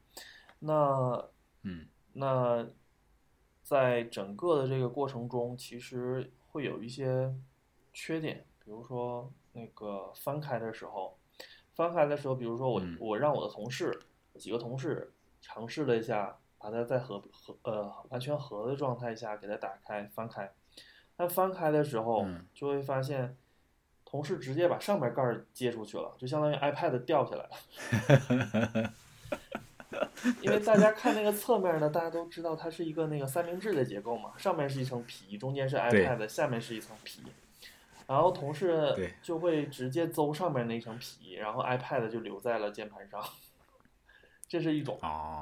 那在整个的这个过程中，其实会有一些缺点，比如说那个翻开的时候，比如说我让我的几个同事尝试了一下，把它在完全合的状态下给它打开翻开，但翻开的时候就会发现，同事直接把上面盖接出去了，就相当于 iPad 掉下来了。因为大家看那个侧面呢，大家都知道它是一个那个三明治的结构嘛，上面是一层皮，中间是 iPad，下面是一层皮，然后同事就会直接邹上面那层皮，然后 iPad 就留在了键盘上，这是一种。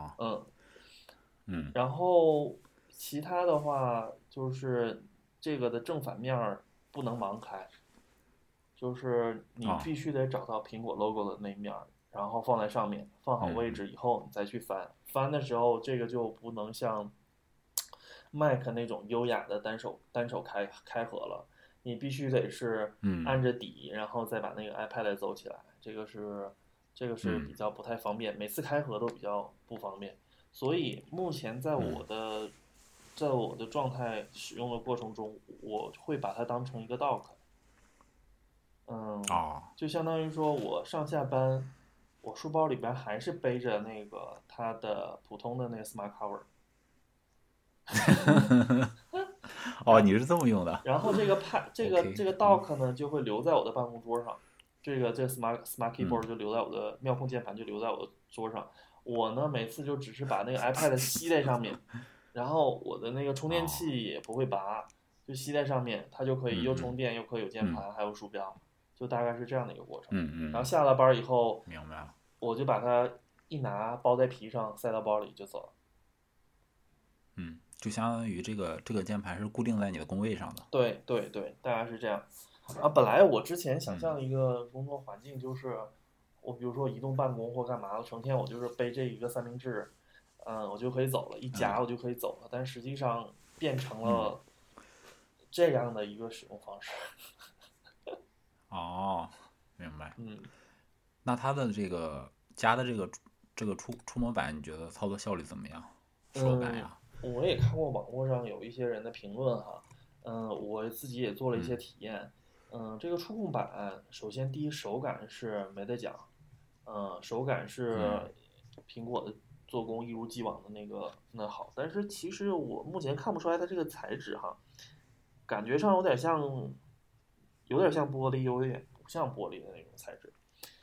然后其他的话就是这个的正反面不能盲开，就是你必须得找到苹果 logo 的那一面，然后放在上面，放好位置以后你再去翻。翻的时候这个就不能像 Mac 那种优雅的单手开合了，你必须得是按着底，然后再把那个 iPad 走起来，这个是比较不太方便，每次开合都比较不方便。所以目前在我的状态使用的过程中，我会把它当成一个 dock。就相当于说我上下班，我书包里边还是背着那个它的普通的那个 smart cover。 你是这么用的。 然后这个dock 呢就会留在我的办公桌上，这个smart keyboard 就留在我的妙控键盘就留在我的桌上。我呢每次就只是把那个 iPad 吸在上面，然后我的那个充电器也不会拔，就吸在上面，它就可以又充电又可以有键盘还有鼠标，就大概是这样的一个过程。然后下了班以后， 明白了， 我就把它一拿包在皮上，塞到包里就走了。 就相当于这个键盘是固定在你的工位上的。 对，大概是这样。本来我之前想象的一个工作环境就是，我比如说移动办公或干嘛的，成天我就是背这一个三明治，我就可以走了，一夹我就可以走了。但实际上变成了这样的一个使用方式。 明白。那它的这个加的这个触摸板，你觉得操作效率怎么样？手感呀？ 我也看过网络上有一些人的评论哈，我自己也做了一些体验，这个触控板首先第一手感是没得讲，手感是苹果的做工一如既往的那好，但是其实我目前看不出来它这个材质哈，感觉上有点像玻璃，有点不像玻璃的那种材质，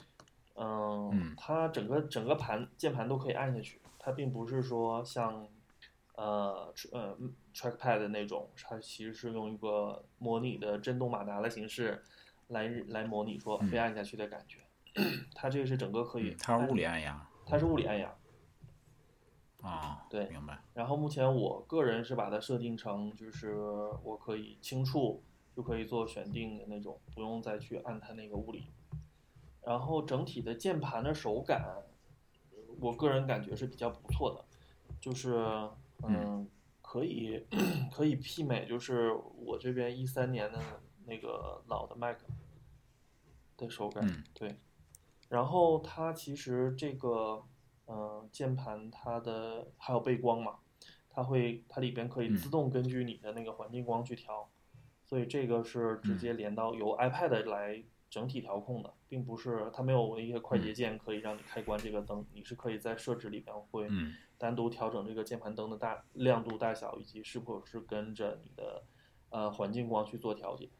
它整个键盘都可以按下去，它并不是说像trackpad 的那种，它其实是用一个模拟的震动马达的形式来模拟说被按下去的感觉。它这个是整个可以， 它是物理按压。 它是物理按压。对， 明白。 然后目前我个人是把它设定成就是我可以轻触就可以做选定的那种，不用再去按它那个物理。然后整体的键盘的手感，我个人感觉是比较不错的，就是可以媲美就是我这边13年的那个老的 Mac 的手感。对，然后它其实这个键盘它的还有背光嘛，它里边可以自动根据你的那个环境光去调，所以这个是直接连到由 iPad 来整体调控的，并不是它没有一些快捷键可以让你开关这个灯，你是可以在设置里边会单独调整这个键盘灯的亮度大小以及是否是跟着你的环境光去做调节。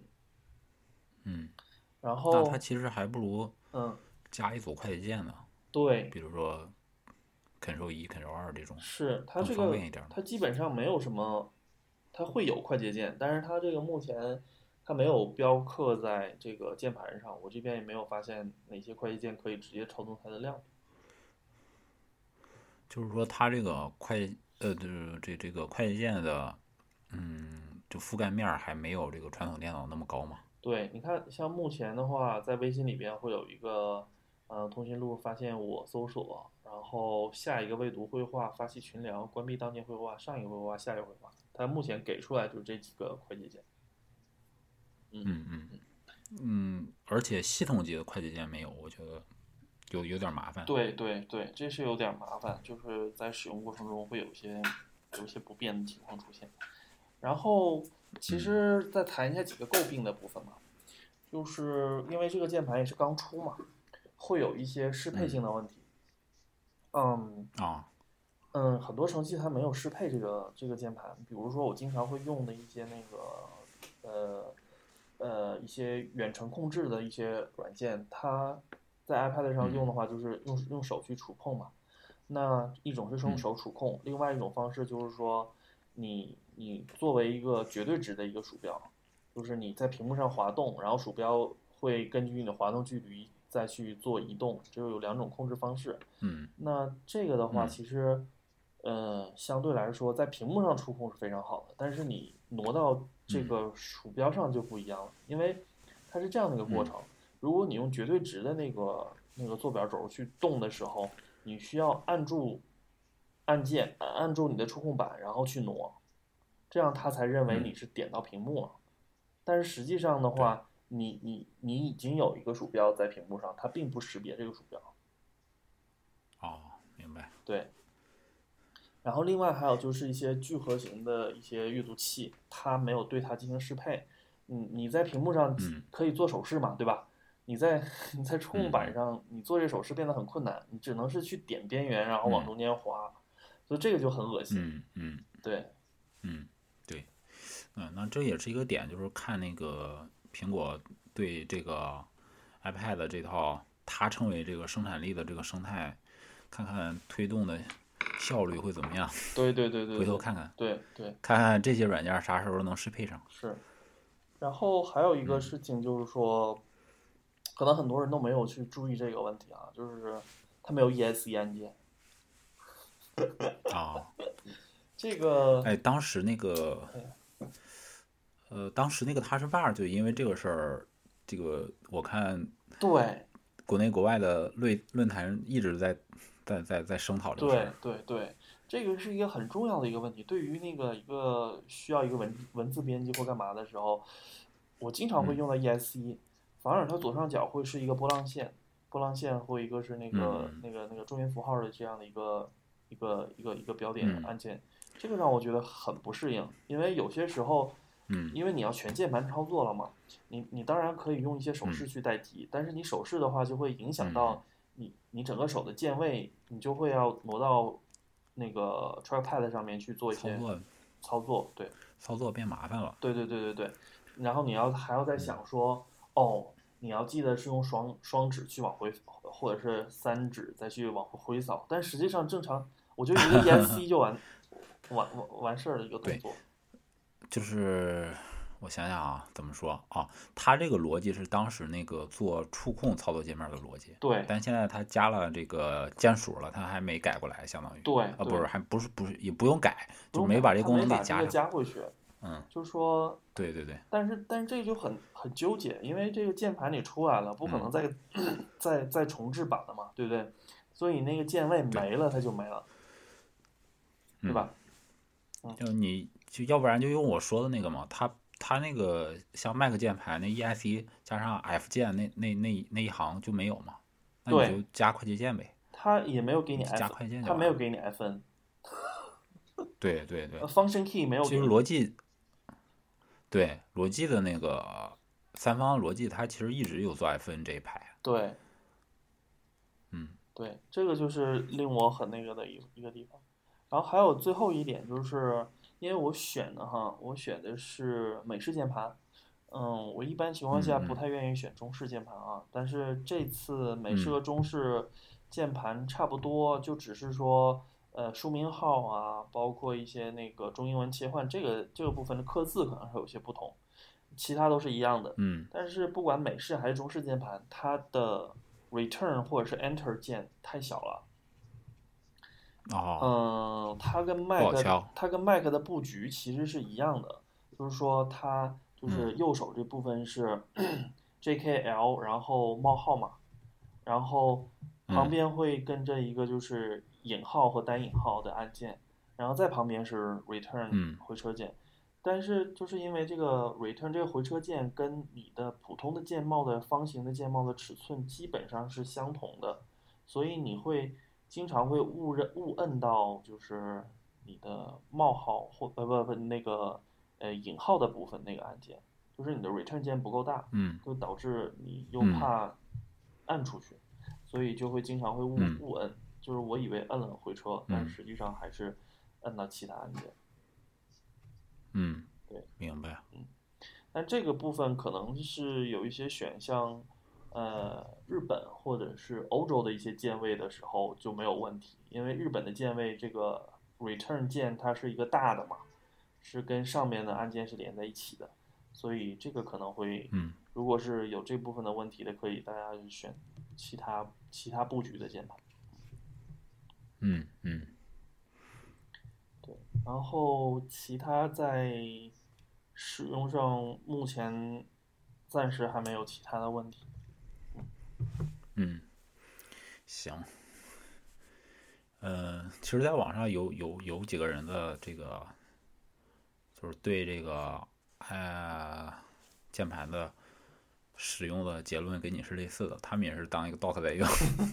然后那它其实还不如加一组快捷键呢。 对， 比如说 Ctrl1、Ctrl2这种， 是它这个更方便一点。 它基本上没有什么，它会有快捷键，但是它这个目前它没有标刻在这个键盘上，我这边也没有发现哪些快捷键可以直接操纵它的亮度。 就是说它这个这个快捷键的，就覆盖面还没有这个传统电脑那么高嘛。 对，你看，像目前的话，在微信里边会有一个，通讯录发现我搜索，然后下一个未读绘画发起群聊，关闭当前绘画，上一个绘画，下一个绘画，它目前给出来就是这几个快捷键。 而且系统级的快捷键没有，我觉得有点麻烦。 对对对，这是有点麻烦，就是在使用过程中会有一些不便的情况出现。然后，其实再谈一下几个诟病的部分嘛，就是因为这个键盘也是刚出嘛，会有一些适配性的问题。很多程序它没有适配这个键盘，比如说我经常会用的一些那个一些远程控制的一些软件，它在 iPad 上用的话，就是用手去触碰嘛。那一种是用手触控，另外一种方式就是说，你作为一个绝对值的一个鼠标，就是你在屏幕上滑动，然后鼠标会根据你的滑动距离再去做移动，这有两种控制方式。那这个的话，其实相对来说在屏幕上触控是非常好的，但是你挪到这个鼠标上就不一样了，因为它是这样的一个过程。如果你用绝对值的那个坐表轴去动的时候，你需要按住按住你的触控板，然后去挪，这样它才认为你是点到屏幕了。但是实际上的话，你已经有一个鼠标在屏幕上，它并不识别这个鼠标。 明白。 对。然后另外还有就是一些聚合型的一些阅读器，它没有对它进行适配。你在屏幕上可以做手势嘛，对吧？你在触控板上，你做这手势变得很困难，你只能是去点边缘，然后往中间滑，所以这个就很恶心。对， 对，那这也是一个点，就是看那个苹果对这个 iPad 这套，它称为这个生产力的这个生态，看看推动的效率会怎么样？ 对， 回头看看， 对， 看看这些软件啥时候能适配上。 是，然后还有一个事情就是说，可能很多人都没有去注意这个问题啊，就是它没有 ESC 按键。这个， 当时那个Touch Bar 就因为这个事儿，这个我看对， 国内国外的论坛一直在声讨这个事儿。 对，这个是一个很重要的一个问题。对于那个一个需要一个文字编辑或干嘛的时候，我经常会用到 ESC，反而它左上角会是一个波浪线或一个是那个中元符号的这样的一个标点按键，这个让我觉得很不适应，因为有些时候。因为你要全键盘操作了嘛，你当然可以用一些手势去代替，但是你手势的话就会影响到你整个手的键位，你就会要挪到那个 trackpad 上面去做一些操作，对， 操作变麻烦了。 对，然后还要再想说，你要记得是用双指去往回，或者是三指再去往回挥扫，但实际上正常，我觉得一个 ESC 就完事儿的一个动作。 就是我想想啊，怎么说啊？它这个逻辑是当时那个做触控操作界面的逻辑， 对。 但现在它加了这个键鼠了，它还没改过来，相当于。 对。 不是，也不用改，就没把这功能给加上。 加回去。就是说。 对。 但是这个就很纠结，因为这个键盘你出来了，不可能再重置版了嘛，对不对？所以那个键位没了，它就没了，对吧？ 就要不然就用我说的那个嘛，它那个像 Mac 键盘那 ESC 加上 F 键那一行就没有嘛，那你就加快捷键呗。 它也没有给你 F， 加快键它没有给你 FN。 对。 function key 没有给你。 其实逻辑的那个三方逻辑，它其实一直有做 FN 这一排。 对。对，这个就是令我很那个的一个地方。然后还有最后一点就是。因为我选的是美式键盘，我一般情况下不太愿意选中式键盘啊，但是这次美式和中式键盘差不多，就只是说书名号啊，包括一些那个中英文切换这个部分的刻字可能会有些不同，其他都是一样的。但是不管美式还是中式键盘，它的 Return 或者是 Enter 键太小了。 它跟 Mac 的布局其实是一样的，就是说它就是右手这部分是JKL，然后冒号嘛，然后旁边会跟着一个就是引号和单引号的按键，然后在旁边是 Return 回车键。但是就是因为这个 return 这个回车键跟你的普通的键帽的方形的键帽的尺寸基本上是相同的，所以你会经常会误摁到就是你的冒号或不那个引号的部分那个按键，就是你的 return 键不够大，就导致你又怕按出去，所以就会经常会误摁，就是我以为摁了回车，但实际上还是摁到其他按键。对， 明白。 但这个部分可能是有一些选项，日本或者是欧洲的一些键位的时候就没有问题，因为日本的键位这个 return 键它是一个大的嘛，是跟上面的按键是连在一起的，所以这个可能会，如果是有这部分的问题的，可以大家选其他布局的键盘。对，然后其他在使用上目前暂时还没有其他的问题。 行。其实在网上有几个人的这个，就是对这个键盘的使用的结论跟你是类似的，他们也是当一个 dock 在用。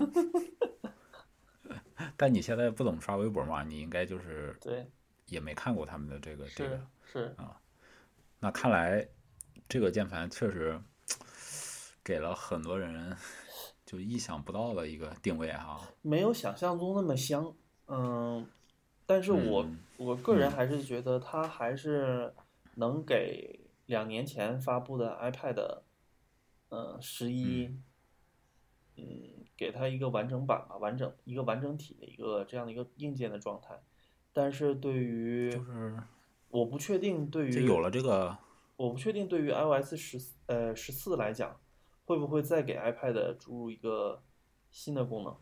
但你现在不怎么刷微博嘛，你应该就是对， 也没看过他们的这个是啊。那看来这个键盘确实给了很多人就意想不到的一个定位哈。 没有想象中那么香，但是我个人还是觉得它还是能给2年前发布的 iPad， 11，给它一个完整版吧，一个完整体的一个这样的一个硬件的状态。但是对于就是我不确定对于有了这个， 我不确定对于 iOS 14来讲，会不会再给 iPad 注入一个新的功能？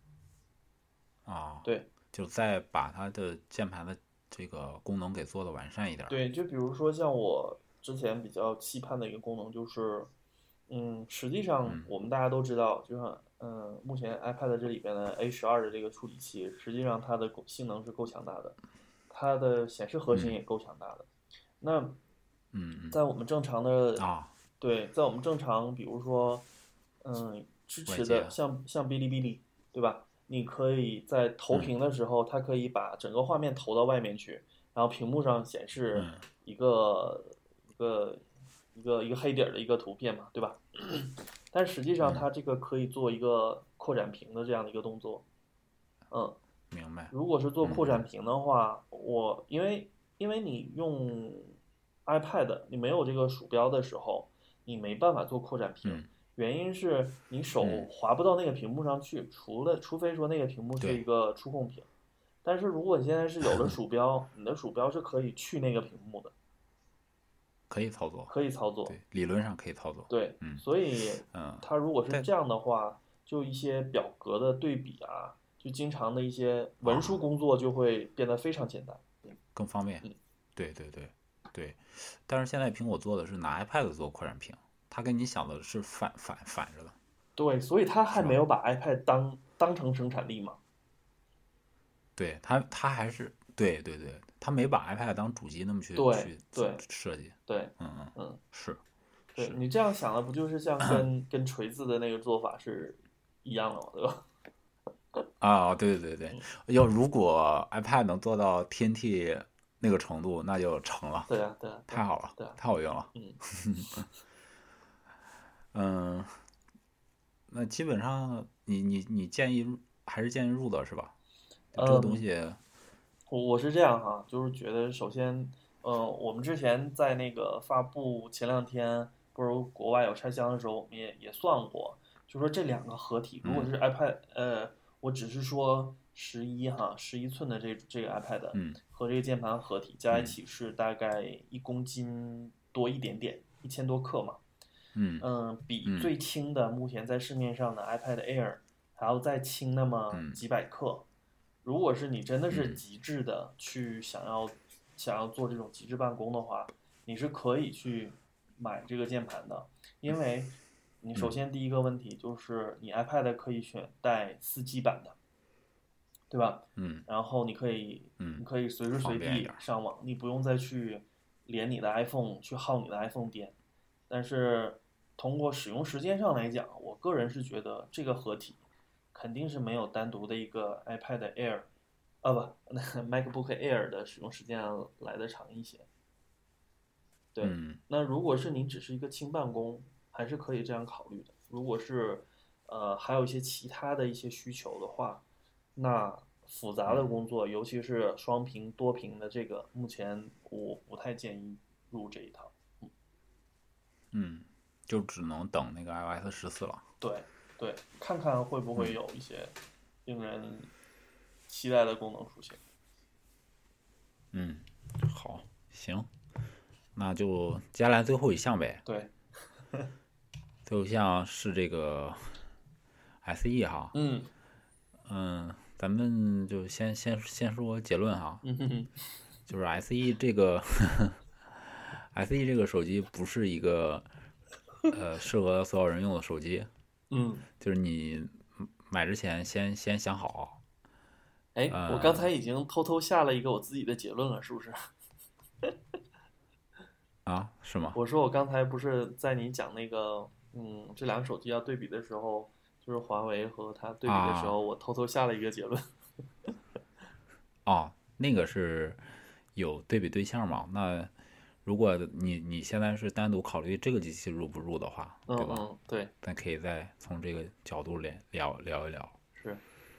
对， 就再把它的键盘的这个功能给做的完善一点。 对，就比如说像我之前比较期盼的一个功能就是，实际上我们大家都知道，就像目前 iPad 这里边的 A12的这个处理器，实际上它的性能是够强大的，它的显示核心也够强大的。那在我们正常的对，在我们正常，比如说支持的像哔哩哔哩，对吧？你可以在投屏的时候，它可以把整个画面投到外面去，然后屏幕上显示一个黑底儿的一个图片嘛，对吧？但实际上它这个可以做一个扩展屏的这样的一个动作。 明白。 如果是做扩展屏的话，因为你用 iPad， 你没有这个鼠标的时候，你没办法做扩展屏。原因是你手滑不到那个屏幕上去，除非说那个屏幕是一个触控屏。但是如果你现在是有了鼠标，你的鼠标是可以去那个屏幕的， 可以操作，对，理论上可以操作。 对，所以它如果是这样的话，就一些表格的对比啊，就经常的一些文书工作就会变得非常简单， 更方便。对，但是现在苹果做的是拿 iPad 做扩展屏。他跟你想的是反着的， 对，所以他还没有把 iPad 当成生产力嘛？ 对，他还是对，他没把 iPad 当主机那么去设计。 对， 是。 对，你这样想的不就是像跟锤子的那个做法是一样的吗？对吧？ 对，如果 iPad 能做到 TNT 那个程度，那就成了。 对啊， 太好了，太好用了。那基本上你建议还是建议入的是吧？这个东西， 我是这样哈，就是觉得首先，我们之前在那个发布前2天，不是国外有拆箱的时候，我们也算过，就说这2个合体，如果是 iPad，我只是说11寸的这个 iPad，和这个键盘合体加一起是大概1公斤多一点点，1000多克嘛。比最轻的目前在市面上的 iPad Air还要再轻那么几百克。 如果是你真的是极致的去想要做这种极致办公的话，你是可以去买这个键盘的，因为你首先第一个问题就是你 iPad 可以选带4G 版的，对吧？然后你可以随时随地上网，你不用再去连你的 iPhone 去耗你的 iPhone 电。但是通过使用时间上来讲，我个人是觉得这个合体肯定是没有单独的一个 iPad Air，那MacBook Air 的使用时间来的长一些。对，那如果是你只是一个轻办公，还是可以这样考虑的。如果是还有一些其他的一些需求的话，那复杂的工作，尤其是双屏多屏的这个，目前我不太建议入这一套。 就只能等那个 iOS14了。 对，看看会不会有一些令人期待的功能出现。 好，行，那就接下来最后一项呗。 对， 最后一项是这个 SE 哈。咱们就先说结论哈。就是 SE 这个SE 这个手机不是一个适合所有人用的手机。就是你买之前先想好。 我刚才已经偷偷下了一个我自己的结论了，是不是？ 啊，是吗？ 我说我刚才不是在你讲那个这两个手机要对比的时候，就是华为和它对比的时候，我偷偷下了一个结论。 那个是有对比对象嘛？那如果你现在是单独考虑这个机器入不入的话，对吧？ 对， 咱可以再从这个角度聊一聊。 是。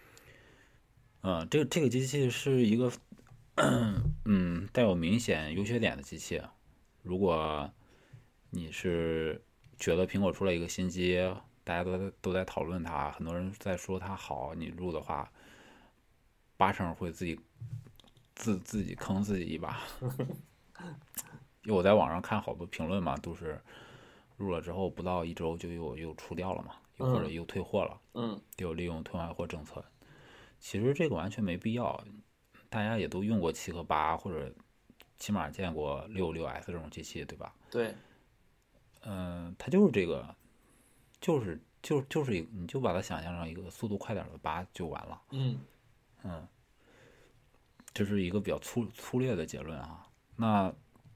这个机器是一个带有明显优缺点的机器。如果你是觉得苹果出了一个新机，大家都在讨论它，很多人在说它好，你入的话，8成会自己坑自己一把。因为我在网上看好多评论嘛，都是入了之后不到1周就又出掉了嘛，或者又退货了。又利用退换货政策。其实这个完全没必要，大家也都用过7和8，或者起码见过6S 这种机器，对吧？ 对。 它就是这个，就是你就把它想象成一个速度快点的8就完了。这是一个比较粗略的结论啊。那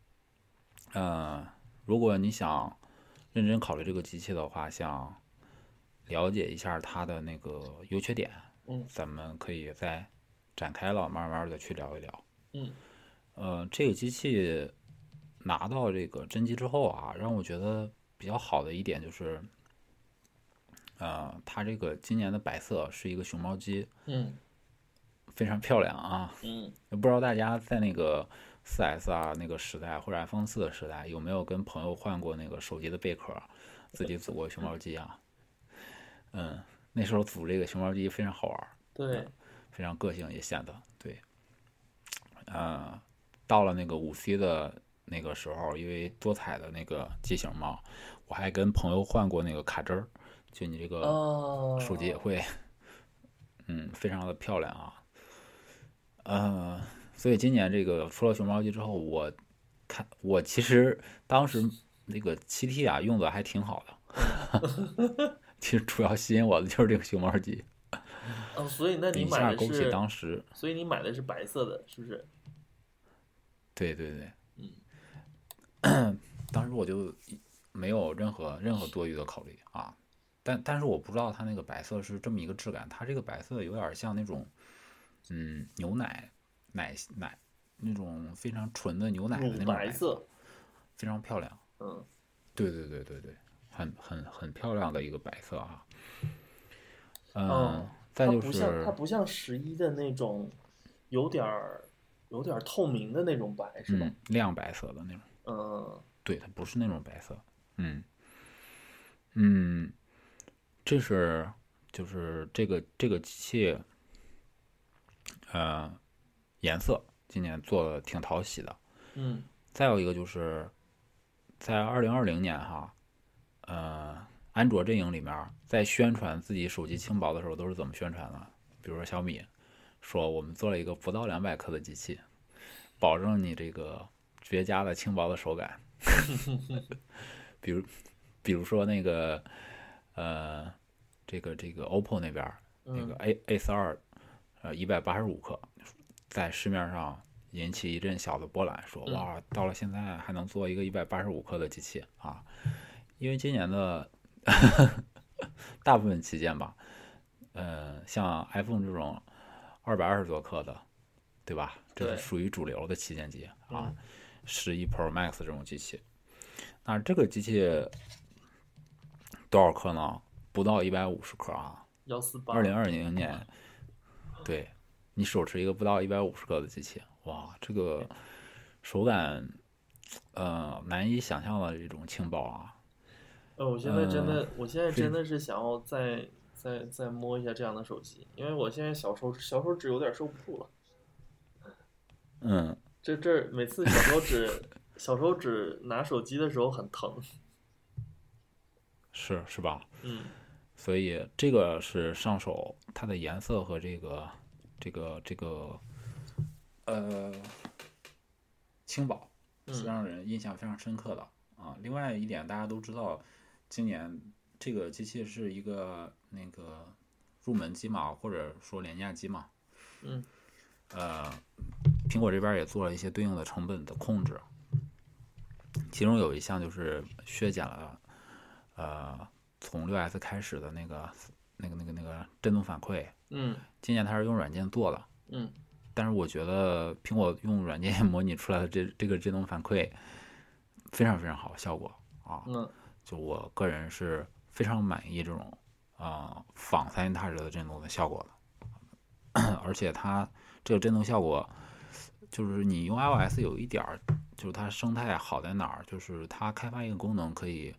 如果你想认真考虑这个机器的话，想了解一下它的那个优缺点，咱们可以再展开了，慢慢的去聊一聊。这个机器拿到这个真机之后啊，让我觉得比较好的一点就是，它这个今年的白色是一个熊猫机，非常漂亮啊。不知道大家在那个4S 啊那个时代，或者 iPhone 4的时代，有没有跟朋友换过那个手机的贝壳，自己组过熊猫机啊？那时候组这个熊猫机非常好玩， 对， 非常个性也显得对。到了那个5C 的那个时候，因为多彩的那个机型嘛，我还跟朋友换过那个卡针儿，就你这个手机也会，非常的漂亮啊。所以今年这个出了熊猫机之后，我其实当时那个7T 啊用的还挺好的。其实主要吸引我的就是这个熊猫机。 所以那你买的是， 勾起当时， 所以你买的是白色的，是不是？ 对。当时我就没有任何多余的考虑啊。但是我不知道它那个白色是这么一个质感，它这个白色有点像那种牛奶那种非常纯的牛奶的那种白色， 非常漂亮。对，很漂亮的一个白色啊。再就是它不像11的那种有点透明的那种白，是吧？ 亮白色的那种。对，它不是那种白色。就是这个机器，颜色今年做的挺讨喜的。再有一个就是在2020年哈，安卓阵营里面在宣传自己手机轻薄的时候都是怎么宣传的？比如说小米说我们做了一个不到200克的机器，保证你这个绝佳的轻薄的手感。比如说那个这个 OPPO 那边那个 A42 185克，在市面上引起一阵小的波澜，说哇，到了现在还能做一个185克的机器啊！因为今年的大部分旗舰吧，像 iPhone 这种220多克的，对吧？这是属于主流的旗舰机啊，11 Pro Max 这种机器。那这个机器多少克呢？不到150克啊。2020年，对，你手持一个不到150克的机器，哇，这个手感，难以想象的这种轻薄啊。 我现在真的是想要再摸一下这样的手机，因为我现在小手指有点受不住了。这每次小手指拿手机的时候很疼。 是吧？所以这个是上手，它的颜色和这个轻薄是让人印象非常深刻的啊。另外一点，大家都知道，今年这个机器是一个那个入门机嘛，或者说廉价机嘛。苹果这边也做了一些对应的成本的控制，其中有一项就是削减了从6S 开始的那个震动反馈。今年它是用软件做的。但是我觉得苹果用软件模拟出来的这个震动反馈非常非常好，效果啊。就我个人是非常满意这种仿3D Touch 的震动的效果的。而且它这个震动效果，就是你用 iOS 有一点就是它生态好在哪儿，就是它开发一个功能可以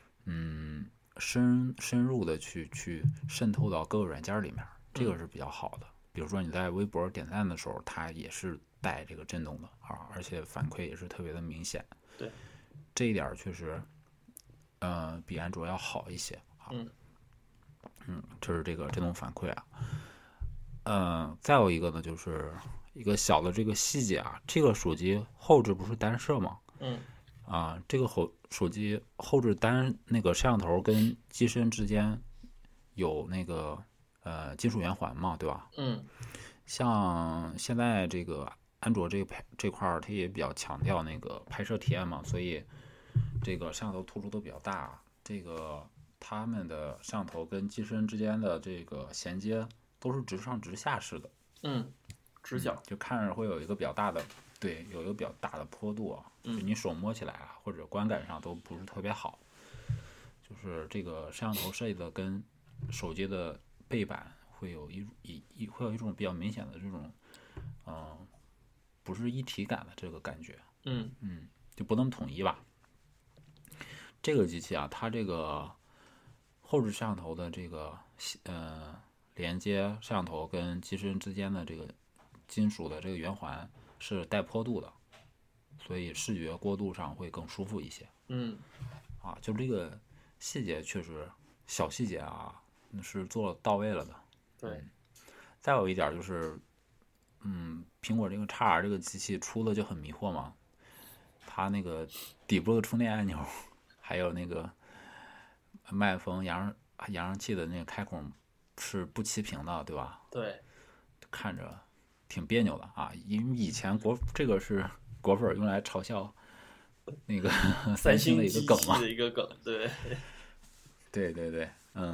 深入的去渗透到各个软件里面，这个是比较好的。比如说你在微博点赞的时候，它也是带这个震动的啊，而且反馈也是特别的明显。 对， 这一点确实比安卓要好一些啊。这是这个震动反馈啊。再有一个呢，就是一个小的这个细节啊，这个手机后置不是单摄吗？这个手机后置那个摄像头跟机身之间有那个金属圆环嘛，对吧？像现在这个安卓这块它也比较强调那个拍摄体验嘛，所以这个摄像头突出都比较大。这个它们的摄像头跟机身之间的这个衔接都是直上直下式的。 直角， 就看着会有一个比较大的，对，有一个比较大的坡度啊。就你手摸起来啊，或者观感上都不是特别好。就是这个摄像头设计的跟手机的背板会有一种比较明显的这种不是一体感的这个感觉。就不那么统一吧。这个机器啊，它这个后置摄像头的这个连接摄像头跟机身之间的这个金属的这个圆环是带坡度的，所以视觉过渡上会更舒服一些。就这个细节确实小细节啊，是做到位了的。 对。 再有一点就是，苹果这个 XR 这个机器出的就很迷惑嘛，它那个底部的充电按钮，还有那个麦克风扬声器的那个开孔是不齐平的，对吧？ 对， 看着挺别扭的啊。因为以前这个是果粉用来嘲笑那个三星的一个梗嘛， 一个梗，对， 对，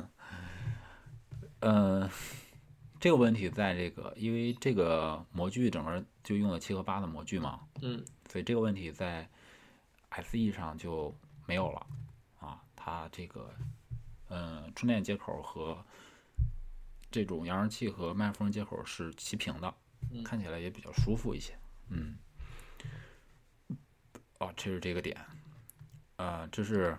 这个问题在这个，因为这个模具整个就用了7和8的模具嘛，所以这个问题在 SE 上就没有了啊。它这个充电接口和这种扬声器和麦克风接口是齐平的，看起来也比较舒服一些。这是这个点。这是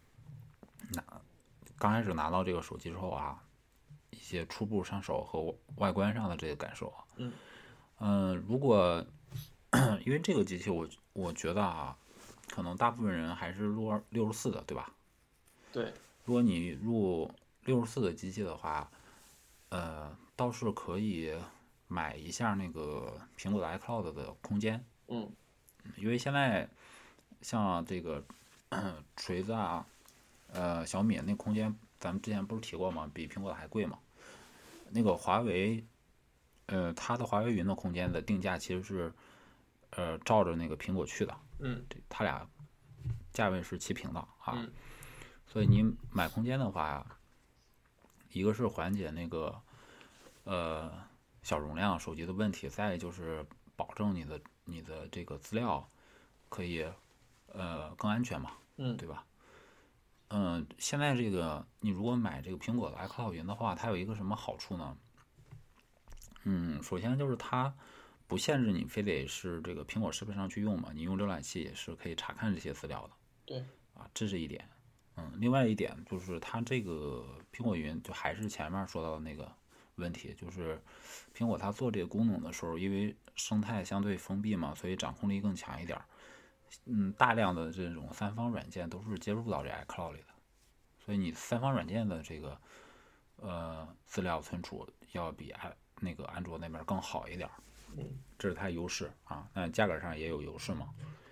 刚开始拿到这个手机之后啊，一些初步上手和外观上的这个感受。如果因为这个机器我觉得啊，可能大部分人还是入64的，对吧？ 对。 如果你入64的机器的话，倒是可以买一下那个苹果的 iCloud 的空间。 因为现在像这个锤子啊，小米那空间，咱们之前不是提过吗？比苹果的还贵嘛。那个华为，它的华为云的空间的定价其实是，照着那个苹果去的。它俩价位是齐平的啊。所以你买空间的话，一个是缓解那个小容量手机的问题，再就是保证你的这个资料可以更安全嘛，对吧？现在这个你如果买这个苹果的 iCloud 云的话，它有一个什么好处呢？首先就是它不限制你非得是这个苹果设备上去用嘛，你用浏览器也是可以查看这些资料的。 对， 这是一点。另外一点就是它这个苹果云就还是前面说到的那个问题，就是苹果它做这个功能的时候，因为生态相对封闭嘛，所以掌控力更强一点。大量的这种三方软件都是接入到这 iCloud 里的，所以你三方软件的这个资料存储要比那个安卓那边更好一点。这是它优势啊。那价格上也有优势嘛。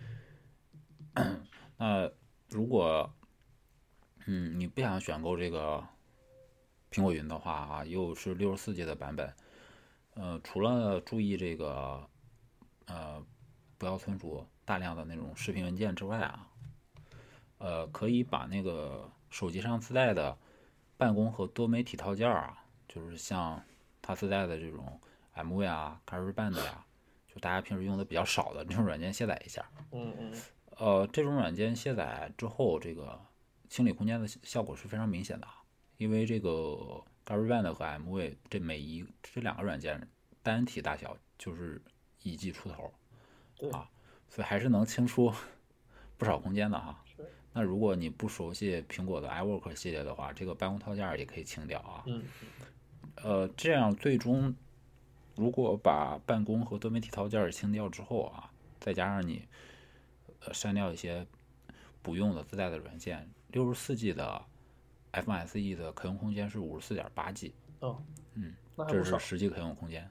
那如果你不想选购这个苹果云的话啊，又是64G 的版本，除了注意这个不要存储大量的那种视频文件之外啊，可以把那个手机上自带的办公和多媒体套件啊，就是像它自带的这种 MV 啊、GarageBand 呀，就大家平时用的比较少的这种软件卸载一下。这种软件卸载之后，这个清理空间的效果是非常明显的，因为这个 GarageBand 和 MV 这两个软件单体大小就是1G 出头啊，所以还是能清出不少空间的哈。那如果你不熟悉苹果的 iWork 系列的话，这个办公套件也可以清掉啊。这样最终如果把办公和多媒体套件清掉之后啊，再加上你删掉一些不用的自带的软件，64G 的 FMSE 的可用空间是54.8G。这是实际可用空间。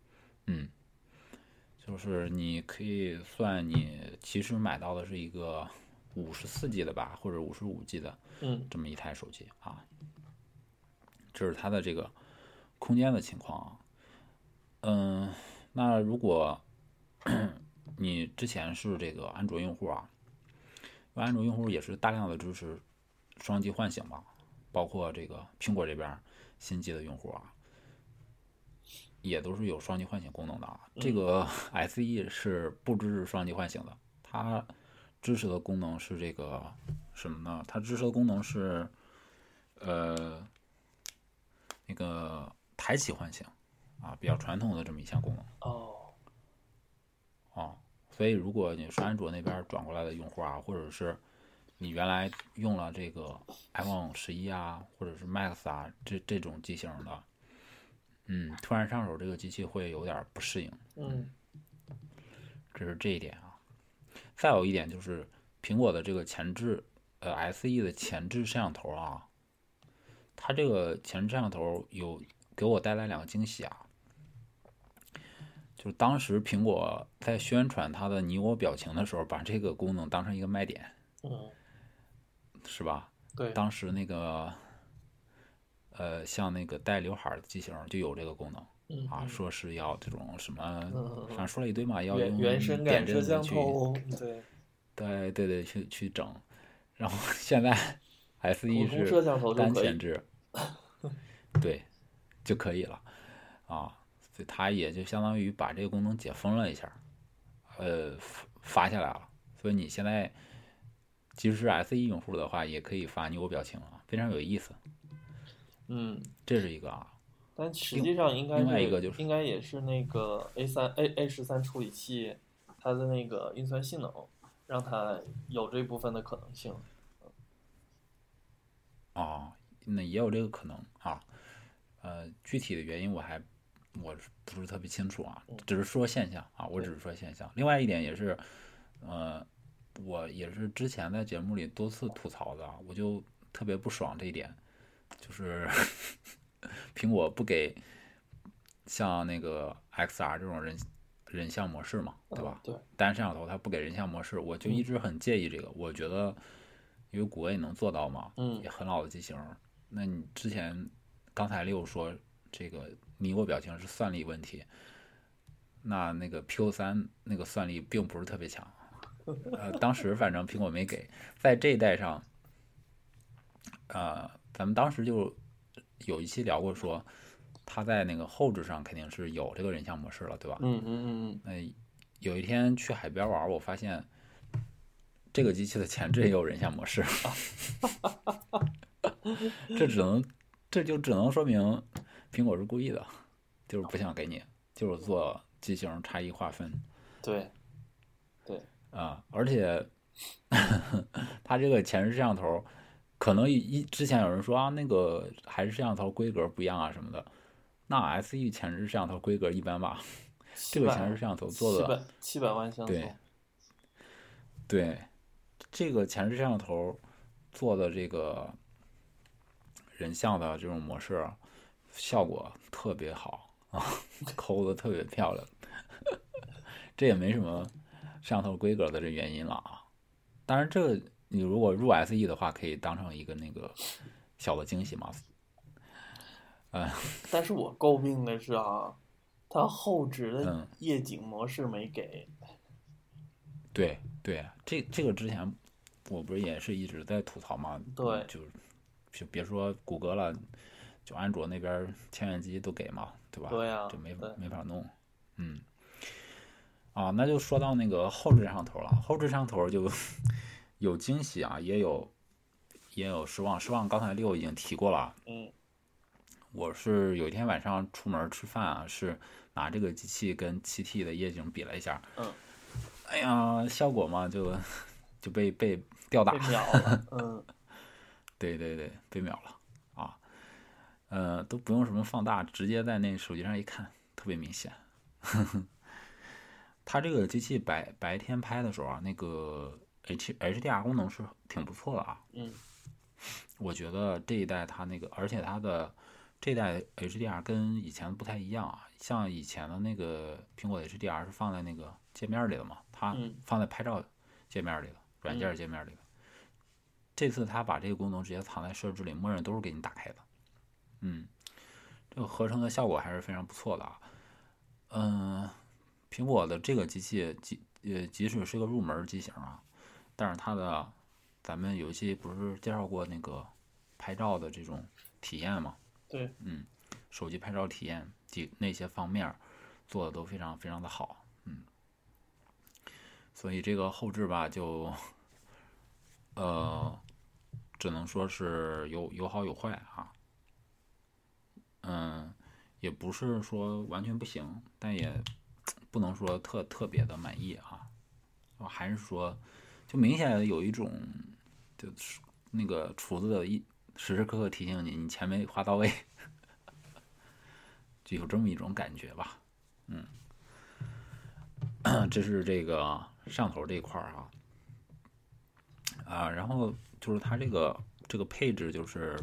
就是你可以算你其实买到的是一个54G 的吧，或者55G 的这么一台手机啊。这是它的这个空间的情况。那如果你之前是这个安卓用户啊，安卓用户也是大量的支持双击唤醒嘛，包括这个苹果这边新机的用户啊，也都是有双击唤醒功能的啊。这个 SE 是不支持双击唤醒的，它支持的功能是这个什么呢？它支持的功能是那个抬起唤醒啊，比较传统的这么一项功能。所以如果你是安卓那边转过来的用户啊，或者是你原来用了这个 iPhone 11啊，或者是 Max 啊这种机型的，突然上手这个机器会有点不适应。这是这一点啊。再有一点就是苹果的这个前置SE 的前置摄像头啊，它这个前置摄像头有给我带来2个惊喜啊。就是当时苹果在宣传它的你我表情的时候，把这个功能当成一个卖点，是吧？ 对， 当时那个像那个带刘海的机型就有这个功能啊，说是要这种什么，反正说了一堆嘛，要用原生感摄像头， 对去整，然后现在 SE 是单前置，对就可以了啊。所以它也就相当于把这个功能解封了一下，发下来了。所以你现在即使是 SE 用户的话，也可以发你我表情啊，非常有意思。这是一个啊。 但实际上另外一个应该也是那个 A13处理器它的那个运算性能让它有这部分的可能性。 那也有这个可能啊。具体的原因我不是特别清楚啊，只是说现象啊，我只是说现象。另外一点也是，我也是之前在节目里多次吐槽的，我就特别不爽这一点，就是苹果不给像那个 XR 这种人像模式嘛，对吧？ 对。 单摄像头它不给人像模式，我就一直很介意这个。我觉得，因为谷歌也能做到嘛，也很老的机型。那你之前刚才六说这个拟我表情是算力问题，那个 P53那个算力并不是特别强。当时反正苹果没给，在这一代上，咱们当时就有一期聊过说。它在那个后置上肯定是有这个人像模式了，对吧？有一天去海边玩，我发现这个机器的前置也有人像模式，这就只能说明苹果是故意的，就是不想给你，就是做机型差异划分。 对。 而且它这个前置摄像头，可能之前有人说啊，那个还是摄像头规格不一样啊什么的。那 SE 前置摄像头规格一般吧，这个前置摄像头做的 700万像素， 对，这个前置摄像头做的这个人像的这种模式，效果特别好啊，抠的特别漂亮，这也没什么摄像头规格的这原因了啊。当然，这个你如果入 SE 的话，可以当成一个那个小的惊喜嘛。 但是我诟病的是啊，它后置的夜景模式没给。 对，这个之前我不是也是一直在吐槽嘛， 对， 就别说谷歌了，就安卓那边千元机都给嘛，对吧？ 对呀， 这没法弄。那就说到那个后置摄像头了，后置摄像头就有惊喜啊，也有失望。失望刚才六已经提过了。我是有一天晚上出门吃饭啊，是拿这个机器跟7T 的夜景比了一下。哎呀，效果嘛就被吊打， 被秒了。 对，被秒了啊。都不用什么放大，直接在那手机上一看，特别明显。它这个机器白天拍的时候啊，那个 HDR 功能是挺不错的啊。我觉得这一代它那个，而且它的这代 HDR 跟以前不太一样啊。像以前的那个苹果的 HDR 是放在那个界面里的嘛，它放在拍照界面里的，软件界面里的。这次它把这个功能直接藏在设置里，默认都是给你打开的。这个合成的效果还是非常不错的啊。苹果的这个机器即使是个入门机型啊，但是它的咱们有一期不是介绍过那个拍照的这种体验吗？ 对， 手机拍照体验那些方面做的都非常非常的好。所以这个后置吧，就只能说是有好有坏啊。也不是说完全不行，但也不能说特别的满意啊。还是说，就明显有一种，就是那个厨子的时时刻刻提醒你钱没花到位，就有这么一种感觉吧。这是这个摄像头这一块啊。然后就是它这个配置就是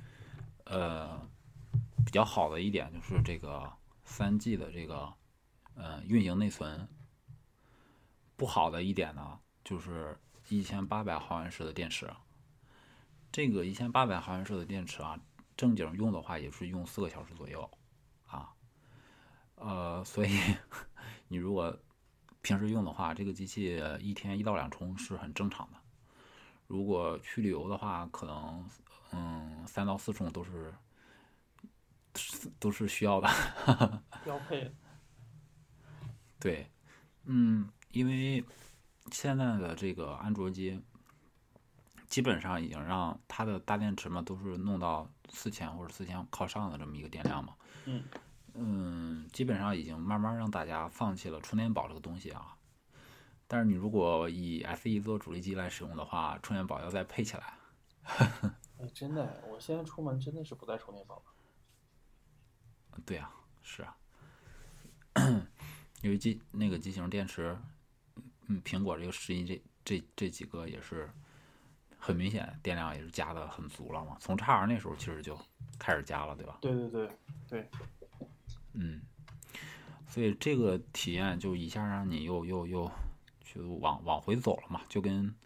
比较好的一点就是这个3G 的这个运行内存。不好的一点呢，就是1800毫安时的电池。这个1800毫安时的电池啊，正经用的话也是用4个小时左右啊。所以你如果平时用的话，这个机器一天1到2充是很正常的。如果去旅游的话，可能3到4充都是需要的， 标配。 对，因为现在的这个安卓机基本上已经让它的大电池嘛都是弄到4000或者4000靠上的这么一个电量嘛。基本上已经慢慢让大家放弃了充电宝这个东西啊。但是你如果以 SE 做主力机来使用的话，充电宝要再配起来。 真的，我现在出门真的是不带充电宝的。 对啊，是啊，因为那个机型电池，苹果这个11这几个也是很明显，电量也是加的很足了嘛。从 XR 那时候其实就开始加了，对吧？ 对。 所以这个体验就一下让你又就往回走了嘛，就跟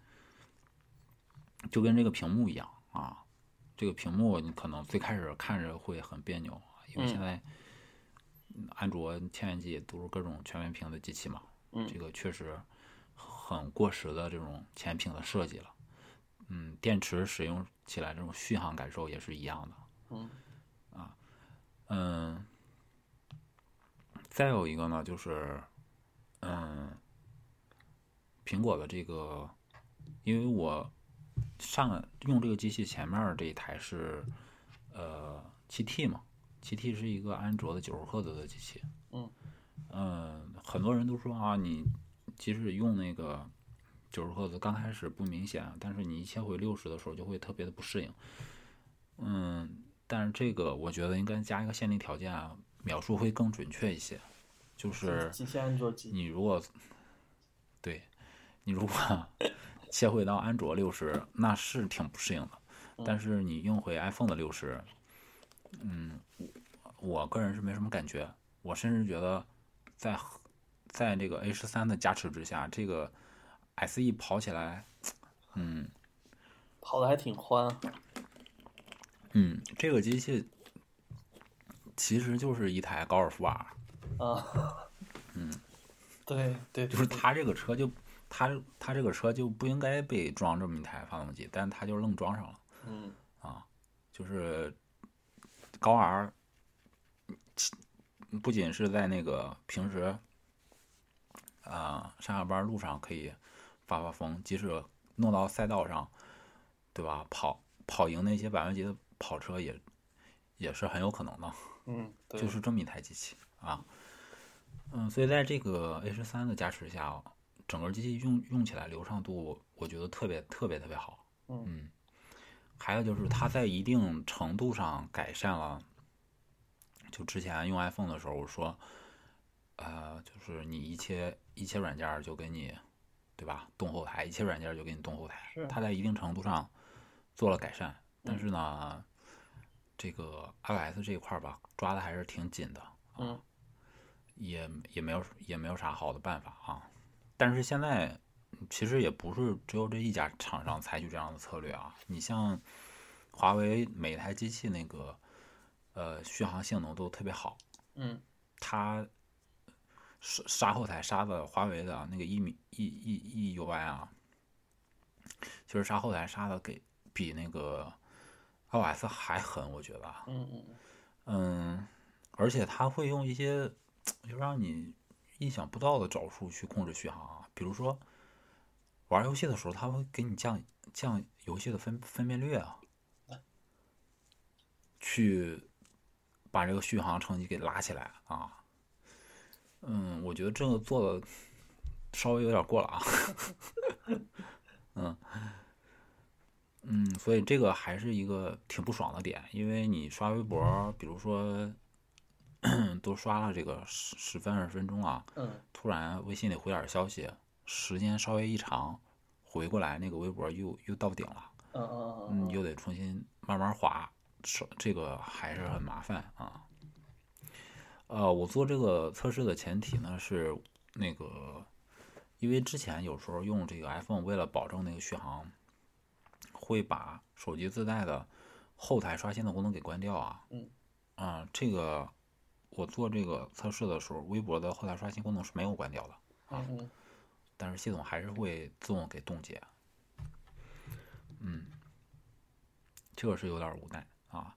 这个屏幕一样啊。这个屏幕你可能最开始看着会很别扭，因为现在安卓千元机都是各种全面屏的机器嘛，这个确实很过时的这种前屏的设计了。电池使用起来这种续航感受也是一样的。再有一个呢，就是苹果的这个，因为我用这个机器前面这一台是7T 嘛，7T 是一个安卓的90赫兹的机器。很多人都说啊，你即使用那个90赫兹，刚开始不明显，但是你一切回60的时候就会特别的不适应。但是这个我觉得应该加一个限定条件啊，描述会更准确一些。就是你如果切回到安卓60，那是挺不适应的。但是你用回 iPhone 的60，我个人是没什么感觉。我甚至觉得在这个 A13的加持之下，这个 SE 跑起来， 跑的还挺欢。 这个机器其实就是一台高尔夫 R。 对， 就是它这个车就它这个车就不应该被装这么一台发动机，但是它就愣装上了。就是高 R 不仅是在那个平时上下班路上可以发疯，即使弄到赛道上，对吧？跑赢那些百万级的跑车也是很有可能的。 对， 就是这么一台机器啊。所以在这个 A13的加持下，整个机器用起来流畅度，我觉得特别好。还有就是它在一定程度上改善了，就之前用 iPhone 的时候，我说，就是你一切软件就给你，对吧？动后台，一切软件就给你动后台。它在一定程度上做了改善，但是呢，这个 iOS 这一块吧，抓的还是挺紧的。也没有啥好的办法啊。但是现在其实也不是只有这一家厂商采取这样的策略啊。你像华为每台机器那个续航性能都特别好。它杀后台杀的华为的那个EUI 啊，就是杀后台杀的比那个 iOS 还狠，我觉得。而且它会用一些就让你意想不到的招数去控制续航啊。比如说玩游戏的时候，它会给你降游戏的分辨率啊，去把这个续航成绩给拉起来啊。我觉得这个做的稍微有点过了啊。所以这个还是一个挺不爽的点，因为你刷微博，比如说都刷了这个10分20分钟啊，突然微信里回点消息，时间稍微一长，回过来那个微博又到顶了。你又得重新慢慢滑，这个还是很麻烦啊。我做这个测试的前提呢是那个，因为之前有时候用这个 iPhone， 为了保证那个续航，会把手机自带的后台刷新的功能给关掉啊。这个我做这个测试的时候，微博的后台刷新功能是没有关掉的啊。但是系统还是会自动给冻结。这个是有点无奈啊。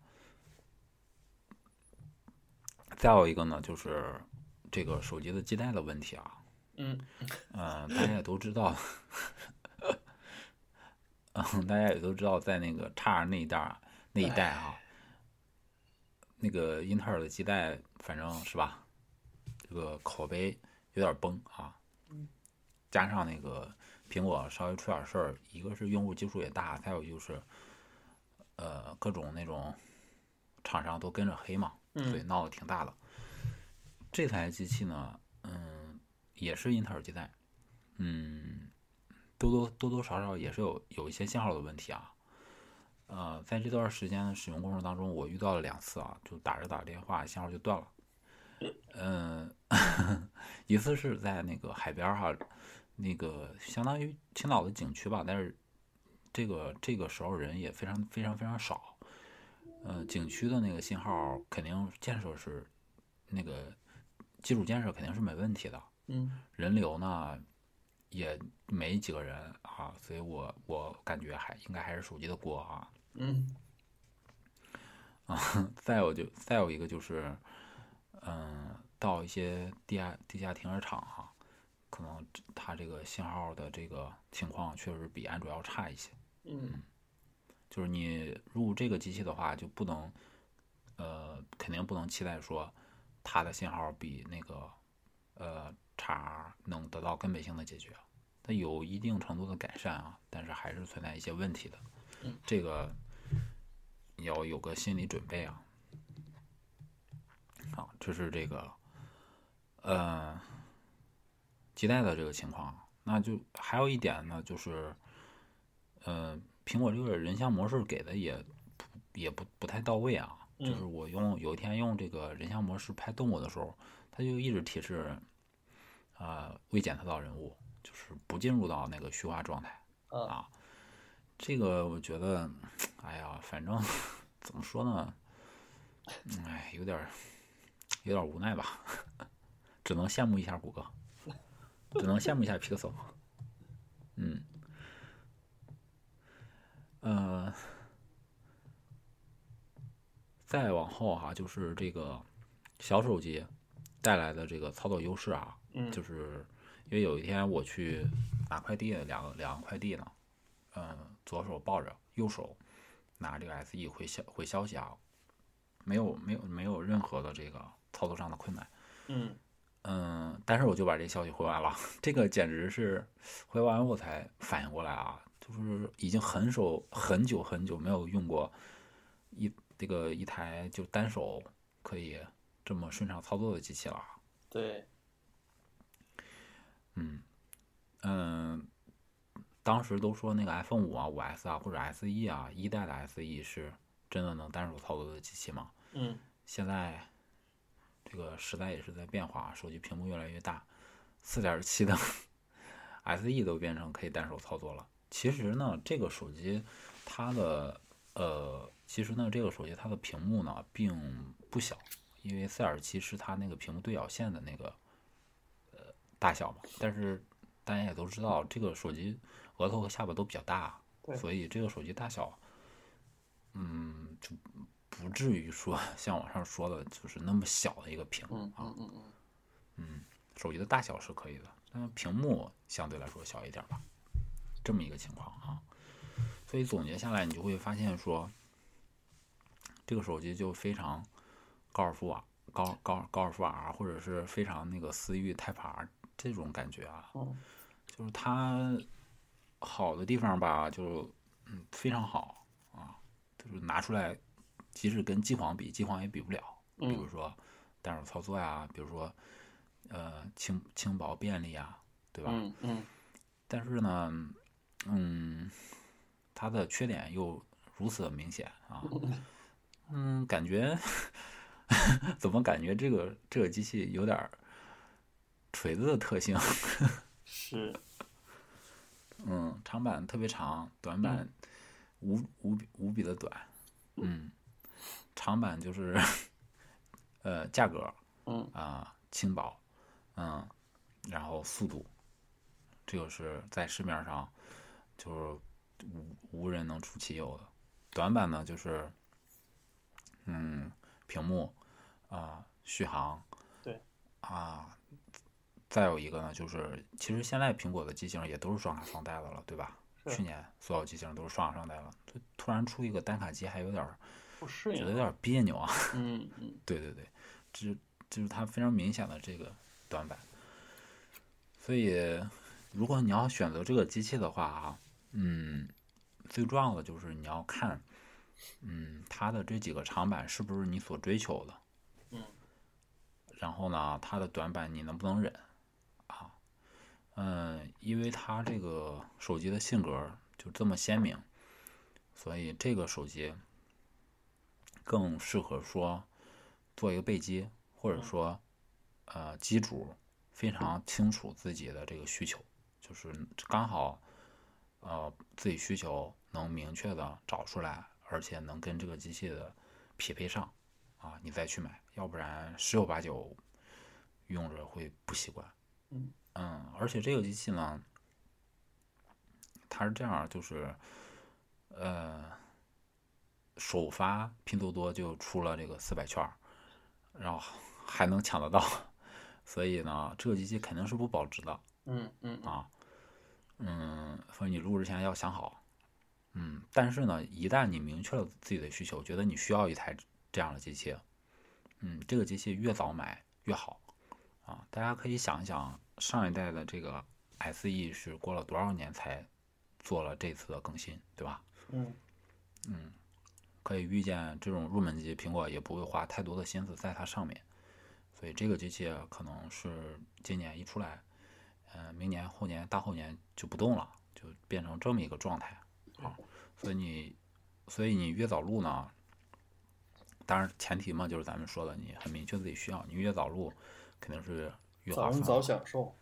再有一个呢，就是这个手机的基带的问题啊。大家也都知道，大家也都知道，在那个X2那一代啊，那个英特尔的基带，反正是吧，这个口碑有点崩啊。加上那个苹果稍微出点事儿，一个是用户基数也大，再有就是各种那种厂商都跟着黑嘛，所以闹得挺大的。这台机器呢，也是英特尔基带，多少少也是有一些信号的问题啊。在这段时间的使用过程当中，我遇到了2次啊，就打着电话信号就断了。 嗯，一次是在那个海边哈，那个相当于青岛的景区吧，但是这个时候人也非常非常非常少。景区的那个信号肯定建设是那个基础建设肯定是没问题的，人流呢也没几个人啊，所以我感觉应该还是手机的锅啊。再有一个就是，到一些地下停车场哈，可能它这个信号的这个情况确实比安卓要差一些。就是你入这个机器的话，就不能，肯定不能期待说它的信号比那个叉能得到根本性的解决，它有一定程度的改善啊，但是还是存在一些问题的。这个要有个心理准备啊。好，这是这个基带的这个情况。那就还有一点呢，就是苹果这个人像模式给的也不太到位啊。就是我有一天用这个人像模式拍动物的时候，它就一直提示未检测到人物，就是不进入到那个虚化状态啊。这个我觉得，哎呀，反正怎么说呢，哎，有点无奈吧，只能羡慕一下谷歌，只能羡慕一下 Pixel。再往后哈，就是这个小手机带来的这个操作优势啊，就是因为有一天我去拿快递，两个快递呢，左手抱着，右手拿这个 SE 回消息啊，没有任何的这个操作上的困难。但是我就把这消息回完了，这个简直是回完我才反应过来啊，就是已经很久很久没有用过一台就单手可以这么顺畅操作的机器了。 对。 当时都说那个 iPhone 5啊、5S 啊或者 SE 啊，一代的 SE 是真的能单手操作的机器吗？现在这个时代也是在变化，手机屏幕越来越大，4.7的SE 都变成可以单手操作了。其实呢，这个手机它的屏幕呢并不小，因为4.7是它那个屏幕对角线的那个大小嘛。但是大家也都知道，这个手机额头和下巴都比较大，所以这个手机大小，就不至于说像网上说的，就是那么小的一个屏啊。手机的大小是可以的，但是屏幕相对来说小一点吧，这么一个情况啊。所以总结下来，你就会发现说，这个手机就非常高尔夫R，或者是非常那个思域 Type R 这种感觉啊。就是它好的地方吧，就非常好啊，就是拿出来，即使跟机皇比，机皇也比不了。比如说单手操作呀，比如说轻薄便利啊，对吧？但是呢，它的缺点又如此的明显啊。感觉怎么感觉这个机器有点锤子的特性？ 是。 长板特别长，短板无比的短。长板就是价格，轻薄，然后速度，这个是在市面上就是无人能出其右的。短板呢就是屏幕续航， 对再有一个呢就是其实现在苹果的机型也都是双卡双待的了，对吧？去年所有机型都是双卡双待了，突然出一个单卡机还有点不适应， 觉得有点别扭啊。对，就是它非常明显的这个短板。所以如果你要选择这个机器的话啊，最重要的就是你要看它的这几个长板是不是你所追求的。然后呢，它的短板你能不能忍啊？因为它这个手机的性格就这么鲜明，所以这个手机更适合说做一个备机，或者说机主非常清楚自己的这个需求，就是刚好自己需求能明确的找出来，而且能跟这个机器的匹配上啊，你再去买，要不然十有八九用着会不习惯。而且这个机器呢，它是这样，就是首发拼多多就出了这个400券，然后还能抢得到，所以呢，这个机器肯定是不保值的。所以你入之前要想好。但是呢，一旦你明确了自己的需求，觉得你需要一台这样的机器，这个机器越早买越好啊。大家可以想一想，上一代的这个 SE 是过了多少年才做了这次的更新，对吧？可以预见这种入门机，苹果也不会花太多的心思在它上面，所以这个机器可能是今年一出来，明年、后年、大后年就不动了，就变成这么一个状态啊。所以你越早入呢，当然前提嘛，就是咱们说的，你很明确自己需要，你越早入肯定是越划算。 早享受。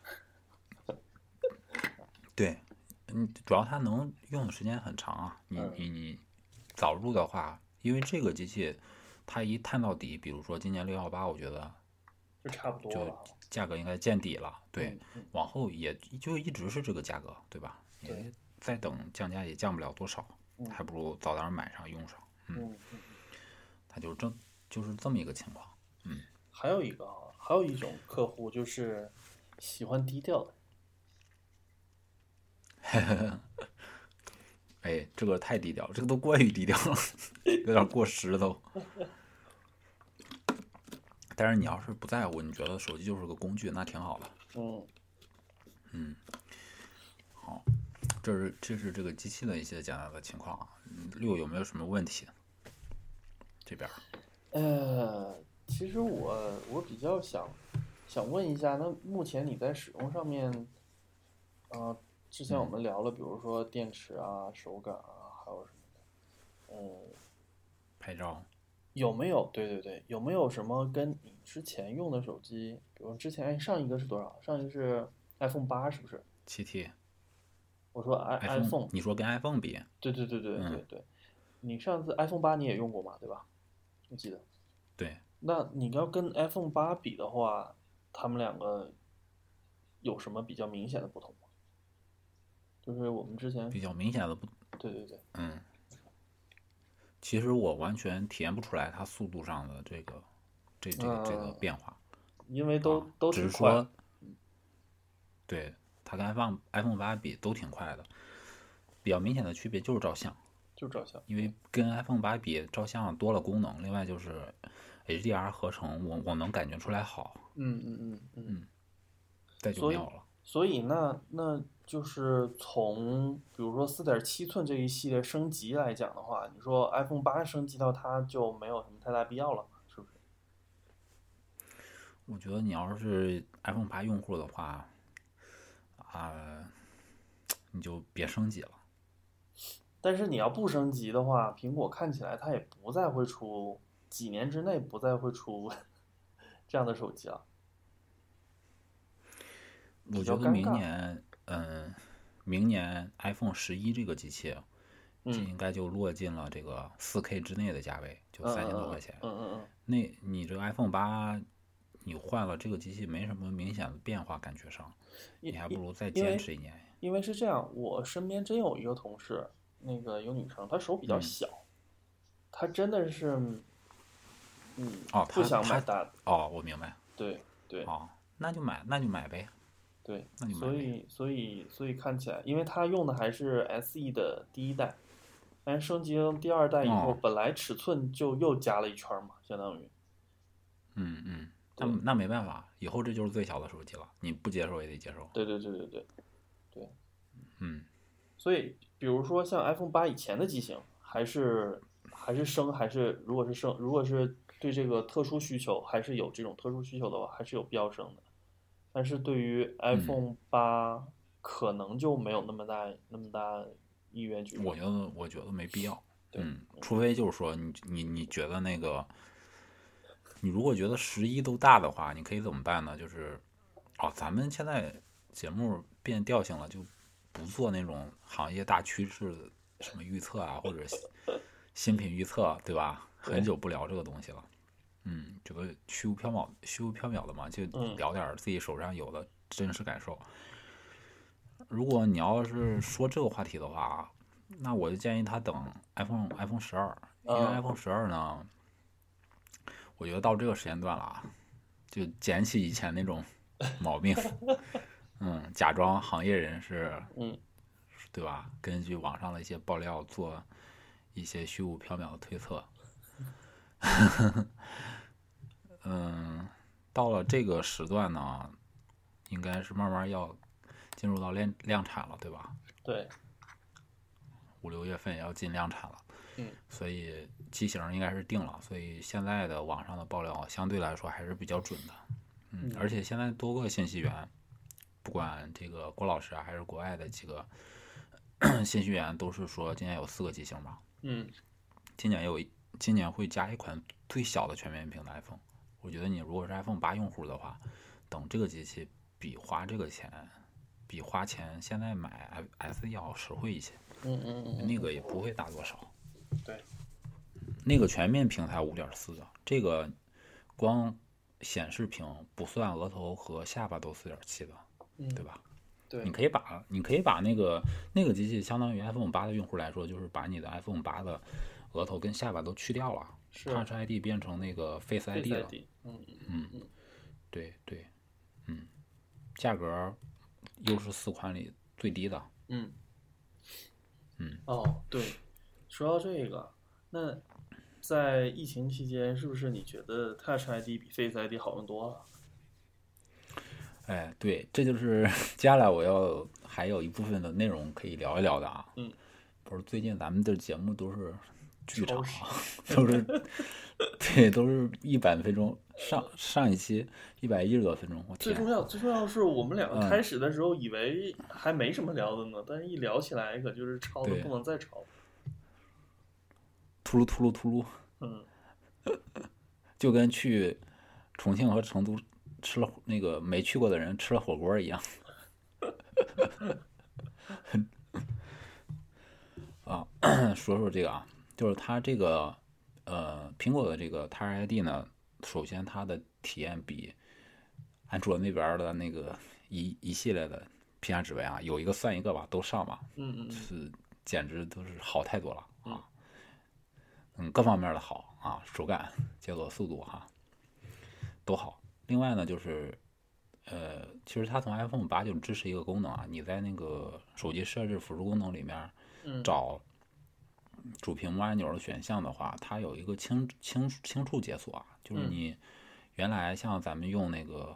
对，主要它能用的时间很长啊。你早入的话，因为这个机器它一探到底，比如说今年618，我觉得就差不多了， 就价格应该见底了。对，往后也就一直是这个价格，对吧？ 对， 再等降价也降不了多少，还不如早点买上用上。它就是这么一个情况。 还有一种客户就是喜欢低调的。 哎，这个太低调了，这个都过于低调了，有点过时都。但是你要是不在乎，你觉得手机就是个工具，那挺好的。好，这是这个机器的一些简单的情况。6有没有什么问题？这边？ 其实我比较想问一下，那目前你在使用上面，之前我们聊了，比如说电池啊、手感啊，还有什么的， 拍照有没有？对，有没有什么跟你之前用的手机，比如之前上一个是多少？上一个是 iPhone 8，是不是 7T。 我说 iPhone， 你说跟 iPhone 比？ 对，你上次 iPhone 8你也用过嘛，对吧？我记得。 对。 那你要跟 iPhone 8比的话，他们两个有什么比较明显的不同吗？就是我们之前比较明显的不。 对。 其实我完全体验不出来它速度上的这个变化， 因为都只是说，对，它跟 iPhone 8比都挺快的。比较明显的区别就是照相，因为跟 iPhone 8比，照相多了功能，另外就是 HDR 合成，我能感觉出来好。再就没有了。 所以那就是从比如说4.7寸这一系列升级来讲的话，你说 iPhone 8升级到它就没有什么太大必要了，是不是？ 我觉得你要是 iPhone 8用户的话，你就别升级了。 但是你要不升级的话，苹果看起来它也不再会出，几年之内不再会出这样的手机了。 我觉得明年 iPhone 11这个机器，这应该就落进了这个4K 之内的价位，就3000多块钱。那你这个 iPhone 8，你换了这个机器没什么明显的变化，感觉上，你还不如再坚持1年。 因为是这样，我身边真有一个同事，那个有女生，她手比较小，她真的是，不想买大的。 我明白。 对。 那就买呗。 对，所以看起来，因为它用的还是 SE 的第1代，但升级了第2代以后，本来尺寸就又加了一圈嘛，相当于。 那没办法，以后这就是最小的手机了，你不接受也得接受。 对。所以，比如说像 iPhone 8以前的机型，如果是对这个特殊需求，还是有这种特殊需求的话，还是有必要升的。但是对于 iPhone 8，可能就没有那么大意愿去。 我觉得没必要。除非就是说你觉得那个你如果觉得11都大的话，你可以怎么办呢？就是咱们现在节目变调性了，就不做那种行业大趋势什么预测啊，或者新品预测，对吧？很久不聊这个东西了。这个虚无缥缈的嘛，就聊点自己手上有的真实感受。如果你要是说这个话题的话，那我就建议他等 iPhone 12，因为 iPhone 12呢，我觉得到这个时间段了啊，就捡起以前那种毛病，假装行业人士，对吧？根据网上的一些爆料做一些虚无缥缈的推测。到了这个时段呢，应该是慢慢要进入到量产了，对吧？ 对 ，5、6月份也要进量产了。所以机型应该是定了，所以现在的网上的爆料相对来说还是比较准的。而且现在多个信息源，不管这个郭老师啊，还是国外的几个信息源，都是说今年有4个机型吧。今年会加一款最小的全面屏的 iPhone。我觉得你如果是 iPhone 8用户的话，等这个机器比花钱现在买 SE 要实惠一些。那个也不会大多少。 对， 那个全面屏才5.4的，这个光显示屏不算额头和下巴都4.7的，对吧？ 对， 你可以把那个机器相当于 iPhone 8的用户来说，就是把你的 iPhone 8的额头跟下巴都去掉了，Touch ID 变成那个 Face ID 了。对，价格又是4款里最低的。 对，说到这个，那在疫情期间，是不是你觉得 Touch ID 比 Face ID 好用多了？ 对，这就是接下来我还有一部分的内容可以聊一聊的啊。不是最近咱们的节目都是剧场啊，都是100分钟，上一期110多分钟，我天！ 最重要是我们两个开始的时候以为还没什么聊的呢，但是一聊起来可就是超的不能再超。 秃噜，就跟去重庆和成都吃了那个没去过的人吃了火锅一样。说这个啊，就是它这个苹果的这个 Touch ID 呢，首先它的体验比安卓那边的那个一系列的屏下指纹啊，有一个算一个吧，都上吧，是简直都是好太多了啊。各方面的好啊，手感、解锁速度都好。另外呢，就是其实它从 iPhone 8就支持一个功能啊，你在那个手机设置辅助功能里面找主屏幕按钮的选项的话，它有一个轻触解锁啊，就是你原来像咱们用那个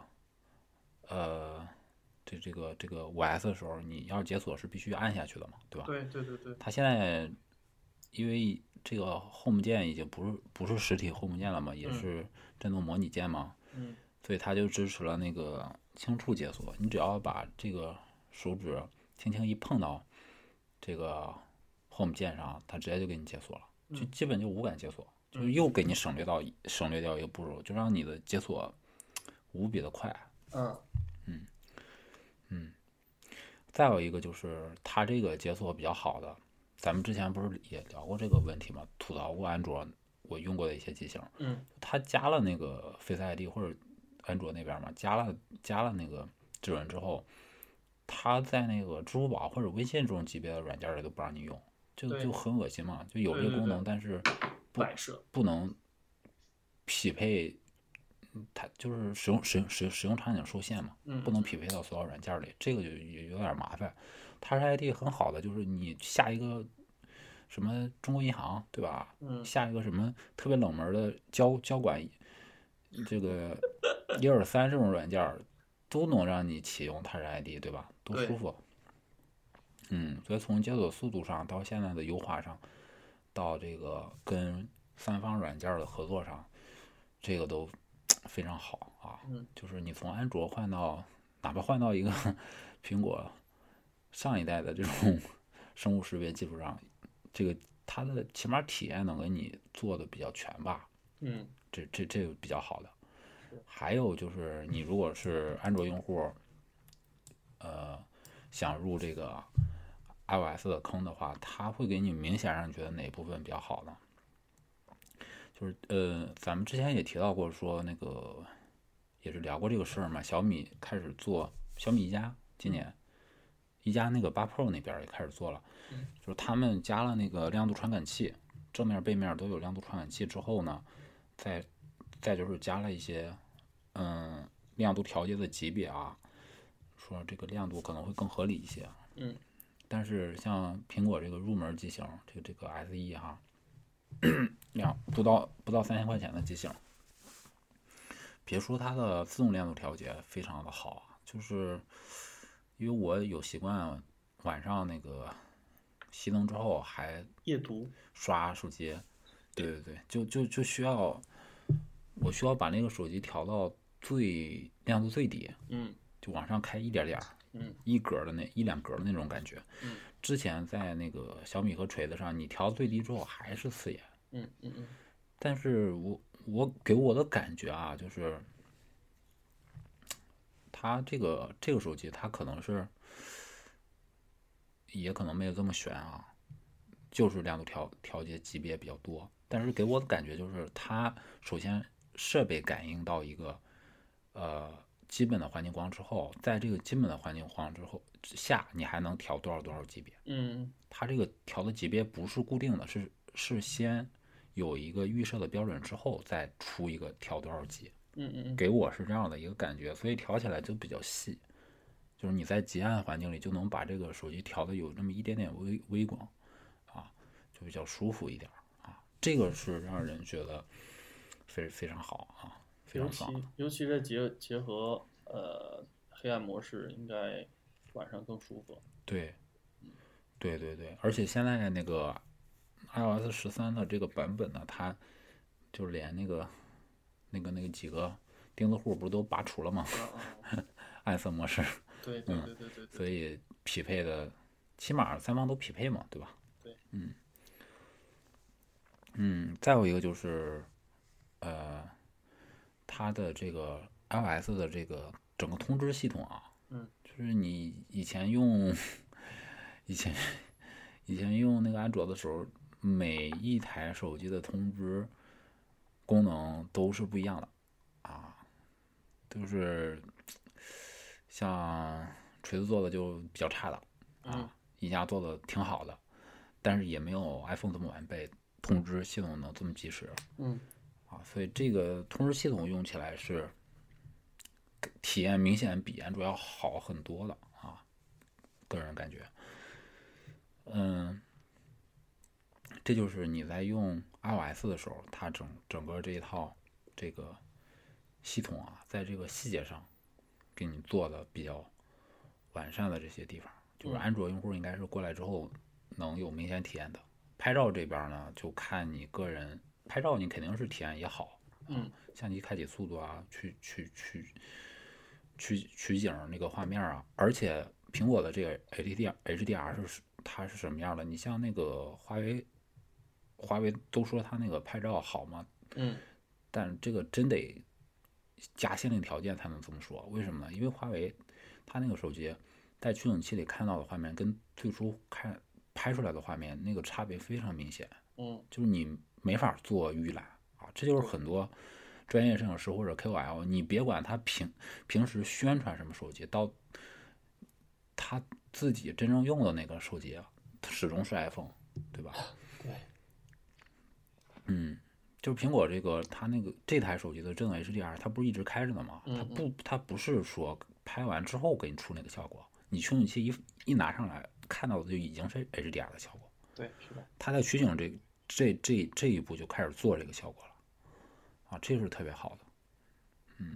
这个5S 的时候，你要解锁是必须按下去的嘛，对吧？ 对。 它现在因为这个 Home 键已经不是实体 Home 键了嘛，也是震动模拟键嘛，所以它就支持了那个轻触解锁。你只要把这个手指轻轻一碰到这个 Home 键上，它直接就给你解锁了，就基本就无感解锁，就又给你省略掉一个步骤，就让你的解锁无比的快。再有一个就是它这个解锁比较好的，咱们之前不是也聊过这个问题吗？吐槽过安卓我用过的一些机型，它加了那个 Face ID 或者安卓那边嘛，加了那个指纹之后，它在那个支付宝或者微信这种级别的软件里都不让你用，就很恶心嘛，就有这个功能，但是不能匹配。它就是使用场景受限嘛，不能匹配到所有软件里，这个就有点麻烦。Touch ID 很好的就是你下一个什么中国银行，对吧？下一个什么特别冷门的交管，这个123这种软件都能让你启用 Touch ID， 对吧？多舒服。所以从解锁速度上到现在的优化上，到这个跟3方软件的合作上，这个都非常好啊。就是你从安卓哪怕换到一个苹果上一代的这种生物识别技术上，这个它的起码体验能给你做的比较全吧。 这个比较好的。还有就是你如果是安卓用户，想入这个 iOS 的坑的话，它会给你明显让你觉得哪部分比较好呢？就是咱们之前也提到过，说那个也是聊过这个事儿嘛。小米开始做小米一加，今年一加那个8 Pro 那边也开始做了，就是他们加了那个亮度传感器，正面背面都有亮度传感器之后呢，再就是加了一些亮度调节的级别啊，说这个亮度可能会更合理一些。但是像苹果这个入门机型，这个 SE 哈，不到3000块钱的机型，别说它的自动亮度调节非常的好，就是因为我有习惯晚上那个熄灯之后还夜读刷手机，对，就需要我需要把那个手机调到亮度最低，就往上开一点点，一格的一两格的那种感觉。之前在那个小米和锤子上，你调最低之后还是刺眼。但是我给我的感觉啊，就是它这个手机，它可能是也可能没有这么悬啊，就是亮度调节级别比较多。但是给我的感觉就是，它首先设备感应到一个基本的环境光之后，在这个基本的环境光之下，你还能调多少级别？它这个调的级别不是固定的，是先有一个预设的标准之后，再出一个调多少级。给我是这样的一个感觉，所以调起来就比较细，就是你在极暗环境里就能把这个手机调的有那么一点点微光啊，就比较舒服一点啊。这个是让人觉得非常好啊，非常爽。 尤其是结合黑暗模式，应该晚上更舒服。 对，而且现在那个 iOS 13的这个版本呢，它就连那个几个钉子户不是都拔除了吗？暗色模式。 对， 所以匹配的起码三方都匹配嘛，对吧？ 对。 再有一个就是它的这个 iOS 的这个整个通知系统啊，就是你以前用那个安卓的时候，每一台手机的通知功能都是不一样的啊，就是像锤子做的就比较差的啊，一加做的挺好的，但是也没有 iPhone 这么完备，通知系统能这么及时。所以这个通知系统用起来是体验明显比安卓要好很多的啊，个人感觉。这就是你在用 iOS 的时候，它整个这一套这个系统啊，在这个细节上给你做的比较完善的这些地方，就是安卓用户应该是过来之后能有明显体验的。拍照这边呢，就看你个人，拍照你肯定是体验也好，相机开启速度啊，取景那个画面啊，而且苹果的这个 HDR 它是什么样的？你像那个华为都说它那个拍照好嘛，但这个真得加限定条件才能这么说。为什么呢？因为华为它那个手机在取景器里看到的画面跟最初拍出来的画面那个差别非常明显，就是你没法做预览啊。这就是很多专业摄影师或者 KOL， 你别管他平时宣传什么手机，到他自己真正用的那个手机始终是 iPhone， 对吧？ 对。 就是苹果它这台手机的真的 HDR， 它不是一直开着的吗？它不是说拍完之后给你出那个效果，你取景器一拿上来看到的就已经是 HDR 的效果。 对，是的。 它在取景这一步就开始做这个效果了啊，这是特别好的。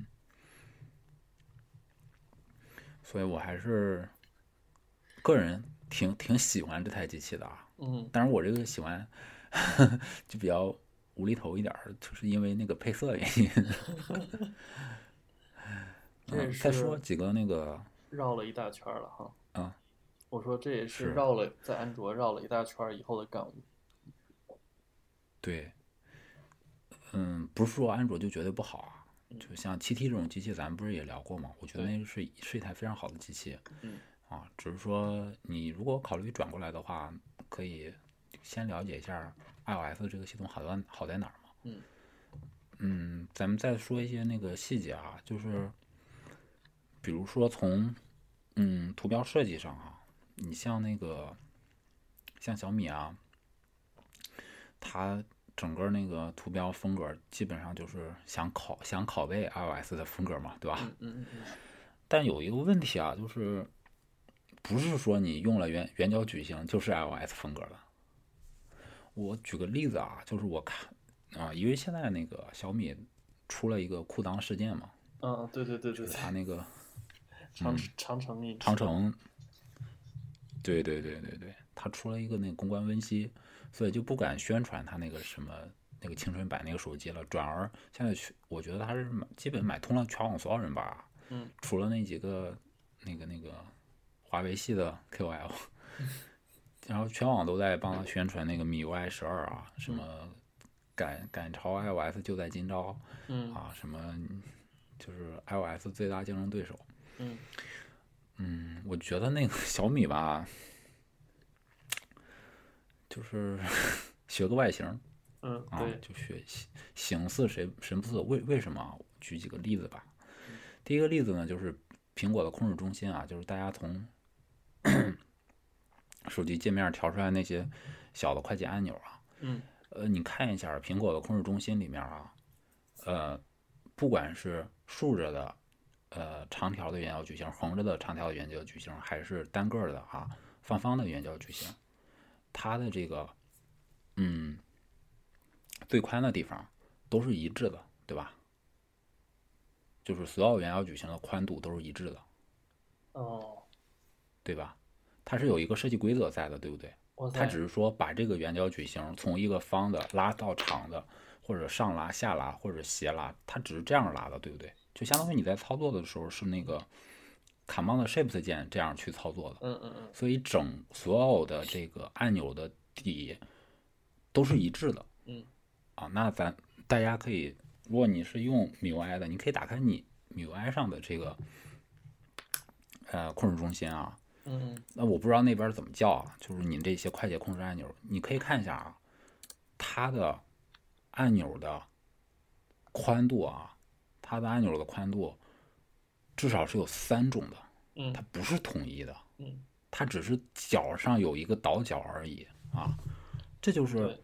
所以我还是个人挺喜欢这台机器的啊。当然我这个喜欢就比较无厘头一点，就是因为那个配色原因。再说几个那个绕了一大圈了哈。我说这也是在安卓绕了一大圈以后的感悟。 对， 不是说安卓就绝对不好啊。就像7T 这种机器，咱们不是也聊过吗？我觉得那是一台非常好的机器。只是说你如果考虑转过来的话，可以先了解一下 iOS 这个系统好在哪儿嘛。咱们再说一些那个细节啊，就是比如说从图标设计上啊，你像小米啊，它整个那个图标风格基本上就是想拷贝 iOS 的风格嘛，对吧？但有一个问题啊，就是不是说你用了圆角矩形就是 iOS 风格的。我举个例子啊，就是我看因为现在那个小米出了一个酷当事件嘛。 对， 它那个长城，对，它出了一个那个公关分析，所以就不敢宣传它那个什么那个青春版那个手机了，转而现在我觉得它是基本买通了全网所有人吧。除了那几个那个华为系的 KOL，然后全网都在帮他宣传那个MIUI 12啊，什么赶超 iOS 就在今朝，什么就是 iOS 最大竞争对手。我觉得那个小米吧，就是学个外形，就学形似神不似。为什么？举几个例子吧。第一个例子呢，就是苹果的控制中心啊，就是大家从手机界面调出来那些小的快捷按钮啊，你看一下苹果的控制中心里面啊，不管是竖着的长条的圆角矩形，横着的长条的圆角矩形，还是单个的方方的圆角矩形，它的这个最宽的地方都是一致的，对吧？就是所有圆角矩形的宽度都是一致的，对吧？它是有一个设计规则在的，对不对？它只是说把这个圆角矩形从一个方的拉到长的，或者上拉、下拉或者斜拉，它只是这样拉的，对不对？就相当于你在操作的时候是那个 Command Shift 键这样去操作的。所以所有的这个按钮的底都是一致的。那大家可以，如果你是用 MIUI 的，你可以打开你 MIUI 上的这个控制中心啊。那我不知道那边怎么叫啊，就是你这些快捷控制按钮，你可以看一下啊，它的按钮的宽度啊，至少是有3种的，它不是统一的，它只是角上有一个倒角而已啊。这就是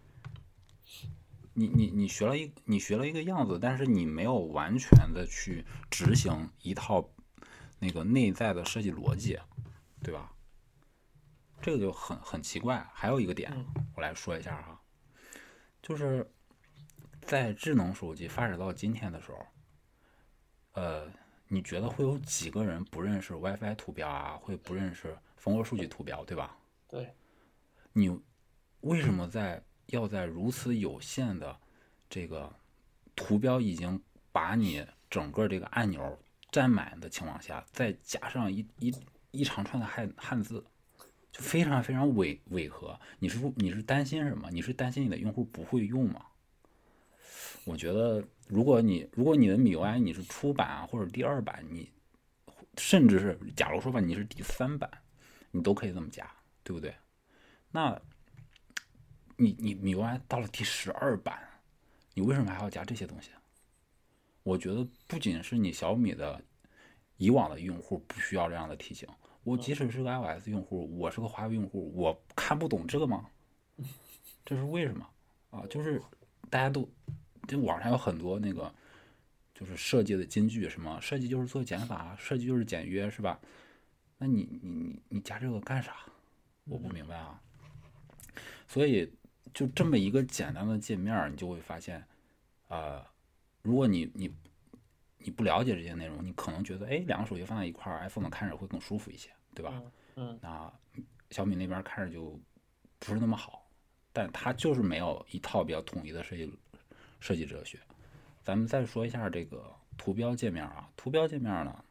你学了一个样子，但是你没有完全的去执行一套那个内在的设计逻辑，对吧？这个就很奇怪。还有一个点，我来说一下哈，就是在智能手机发展到今天的时候，你觉得会有几个人不认识 WiFi 图标啊？会不认识蜂窝数据图标，对吧？ 对。 你为什么要在如此有限的这个图标已经把你整个这个按钮占满的情况下，再加上一长串的汉字？就非常非常违和。你是担心什么？你是担心你的用户不会用吗？我觉得，如果你的MIUI 你是初版或者第2版，你甚至是假如说吧，你是第3版，你都可以这么加，对不对？那你MIUI 到了第12版，你为什么还要加这些东西？我觉得不仅是你小米的以往的用户不需要这样的提醒。我即使是个 iOS 用户，我是个华为用户，我看不懂这个吗？这是为什么啊？就是大家就网上有很多那个就是设计的金句，什么设计就是做减法，设计就是简约，是吧？那你加这个干啥？我不明白啊。所以就这么一个简单的界面，你就会发现，如果你不了解这些内容，你可能觉得，两个手机放在一块儿 ，iPhone 看着会更舒服一些，对吧？那小米那边看着就不是那么好，但它就是没有一套比较统一的设计哲学。咱们再说一下这个图标界面啊，图标界面呢，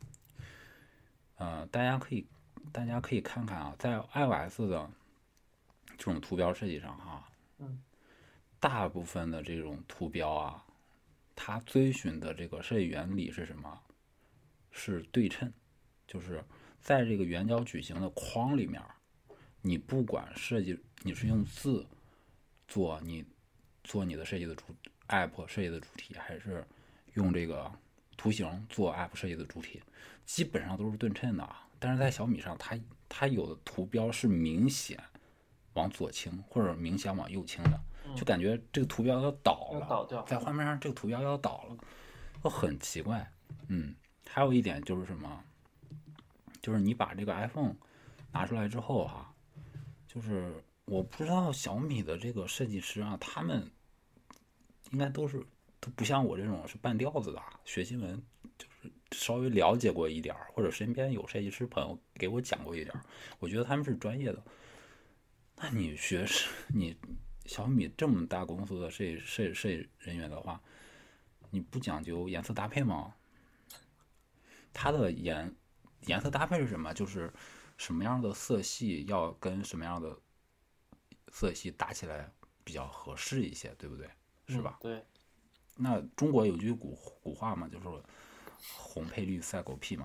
大家可以看看啊，在 iOS 的这种图标设计上哈， 大部分的这种图标啊，它遵循的这个设计原理是什么？是对称，就是在这个圆角矩形的框里面，你不管设计你是用字做你的设计的app 设计的主体，还是用这个图形做 app 设计的主体，基本上都是对称的啊。但是在小米上，它有的图标是明显往左倾，或者明显往右倾的，就感觉这个图标要倒了，在画面上这个图标要倒了，都很奇怪。还有一点就是什么？就是你把这个 iPhone 拿出来之后哈，就是我不知道小米的这个设计师啊，他们应该都不像我这种是半吊子的，学新闻就是稍微了解过一点，或者身边有设计师朋友给我讲过一点，我觉得他们是专业的。那你小米这么大公司的设计人员的话，你不讲究颜色搭配吗？它的颜色搭配是什么？就是什么样的色系要跟什么样的色系搭起来比较合适一些，对不对？是吧？ 对。 那中国有句古话嘛，就是红配绿赛狗屁嘛。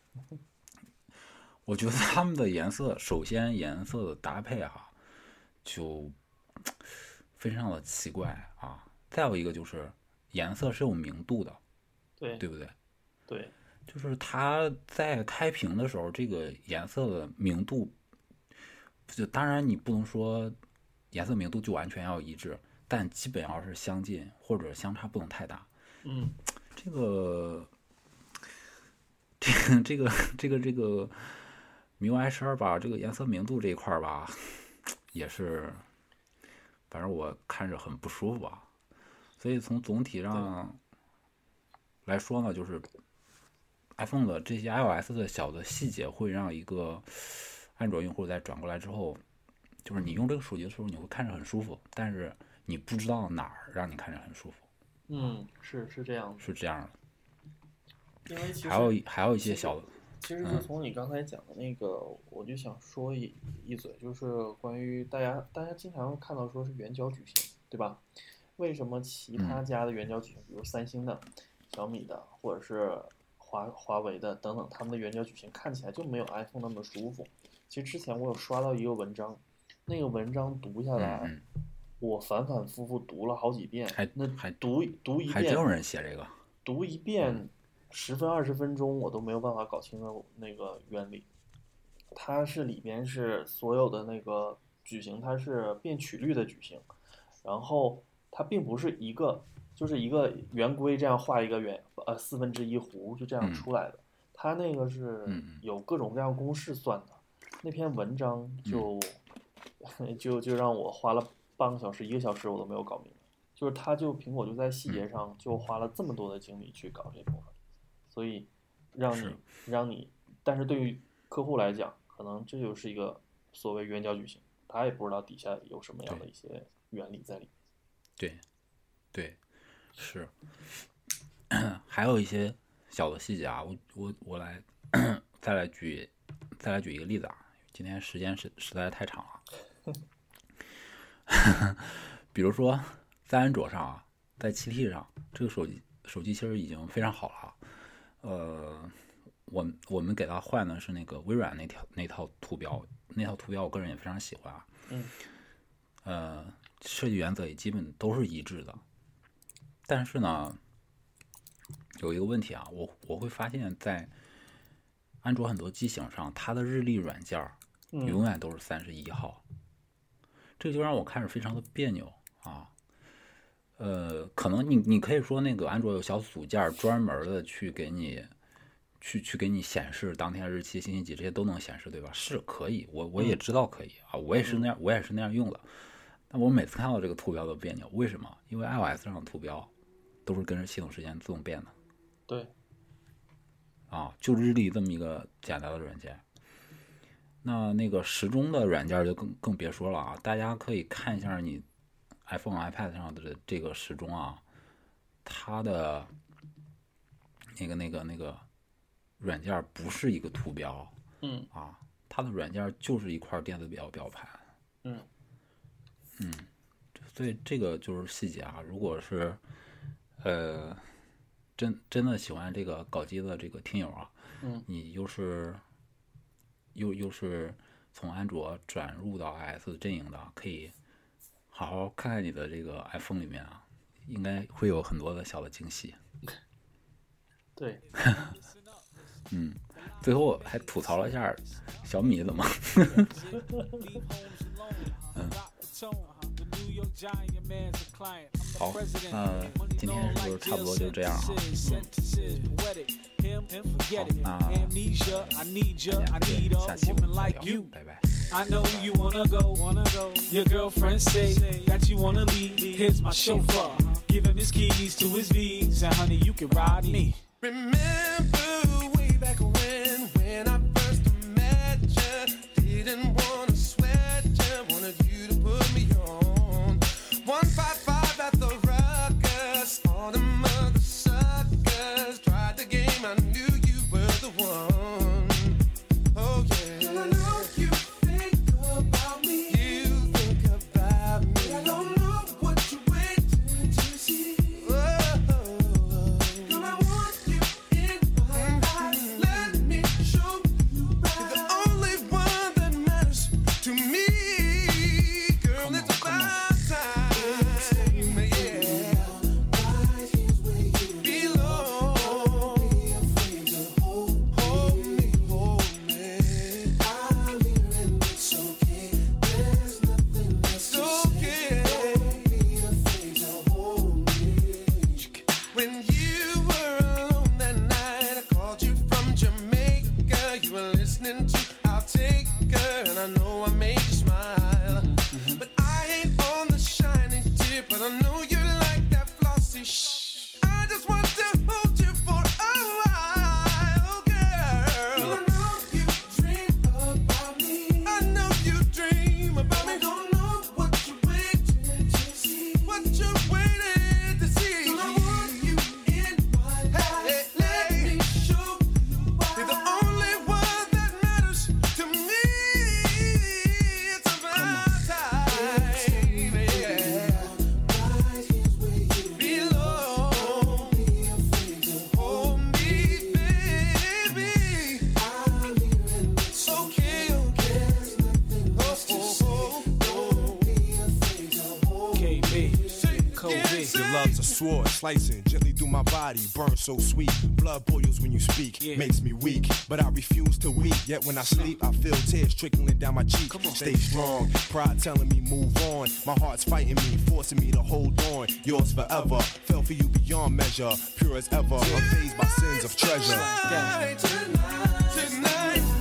我觉得他们的颜色，首先颜色的搭配哈，就非常的奇怪啊。再有一个就是颜色是有明度的，对不对？ 对。 就是它在开屏的时候，这个颜色的明度，就当然你不能说颜色明度就完全要一致，但基本要是相近或者相差不能太大。这个MIUI 12吧，这个颜色明度这一块吧，也是，反正我看着很不舒服啊。所以从总体上来说呢，就是 iPhone 的这些 iOS 的小的细节，会让一个安卓用户在转过来之后，就是你用这个手机的时候，你会看着很舒服，但是你不知道哪儿让你看着很舒服。 是这样的。 是这样的。 因为其实还有一些小的。 其实就从你刚才讲的那个，我就想说一嘴，就是关于大家经常看到说是圆角矩形，对吧？为什么其他家的圆角矩形，比如三星的、小米的，或者是华为的等等，他们的圆角矩形看起来就没有 iPhone 那么舒服？其实之前我有刷到一个文章，那个文章读下来，我反反复复读了好几遍，读一遍， 还真有人写这个， 读一遍。10分20分钟我都没有办法搞清楚那个原理，它是里边是所有的那个矩形，它是变曲率的矩形，然后它并不是就是一个圆规这样画一个1/4弧就这样出来的，它那个是有各种各样公式算的。那篇文章就让我花了半个小时1个小时我都没有搞明白，就是苹果就在细节上就花了这么多的精力去搞这部分。所以让你，但是对于客户来讲，可能这就是一个所谓圆角矩形，他也不知道底下有什么样的一些原理在里面。对，是。还有一些小的细节啊，我来再来举一个例子啊，今天时间实在太长了。比如说在安卓上啊，在7T 上，这个手机其实已经非常好了。我们给它换的是那个微软那套图标，我个人也非常喜欢啊。设计原则也基本都是一致的。但是呢，有一个问题啊，我会发现，在安卓很多机型上，它的日历软件永远都是31号，这就让我看着非常的别扭啊。可能你可以说那个安卓有小组件专门的去给你显示当天日期、星期几这些都能显示，对吧？是可以，我也知道可以啊，我也是那样用的。但我每次看到这个图标都别扭，为什么？因为 iOS 上的图标都是跟着系统时间自动变的。 对。 啊，就日历这么一个简单的软件。那个时钟的软件就更别说了啊，大家可以看一下你 iPhone、iPad 上的这个时钟啊，它的那个软件不是一个图标，它的软件就是一块电子表盘， 所以这个就是细节啊。如果是真的喜欢这个搞基的这个听友啊，你又是从安卓转入到 iOS 阵营的，可以好好看看你的这个 iPhone 里面啊，应该会有很多的小的惊喜。 对。 最后还吐槽了一下小米怎么好，今天就差不多就这样啊。好，那下期我们再聊，拜拜。I know you wanna go. Your girlfriend say that you wanna leave. Here's my chauffeur. Give him his keys to his V's, and honey, you can ride me. Remember way back when I first met you, didn't wanna sweat you, wanted you to put me on 155 at the Ruckus. All the mother suckers tried the game. I knew you were the one. Oh yeah. Girl, I know you think about me. You think about me. I don't know what you're waiting to see. Girl, I want you in my life. Let me show you right. You're the only one that matters to me. Girl, it's about time. Yeah. Belong. Hold me, hold me. I'm here and it's okay. There's nothing else to say. Don't be afraid to hold me. When you were alone that night, I called you from Jamaica. You were listening to I'll Take Her, and I know I made you smile. But I ain't on the shiny tip, but I know you like that flossy shh. I just want to hold you for a while, girl. I know you dream about me. I know you dream about me. I don't know what you're waiting to see. What you're waiting to see. Girl, I want you in my life. Let me show you why. You're the only one that matters to me. It's about time. Yeah. Right here's where you belong. Don't be afraid to hold me, baby. I'm here and it's okay. There's nothing else to say. Don't be afraid to hold me. KB, Kobe. Your love's a sword, slicing gently through my body, burn so sweet. Blood boils when you speak, makes me weak, but I refuse to weep. Yet when I sleep, I feel tears trickling down my cheek. Stay strong, pride telling me move on. My heart's fighting me, forcing me to hold on. Yours forever, fell for you beyond measure, pure as ever, unfazed by sins of treasure. Tonight,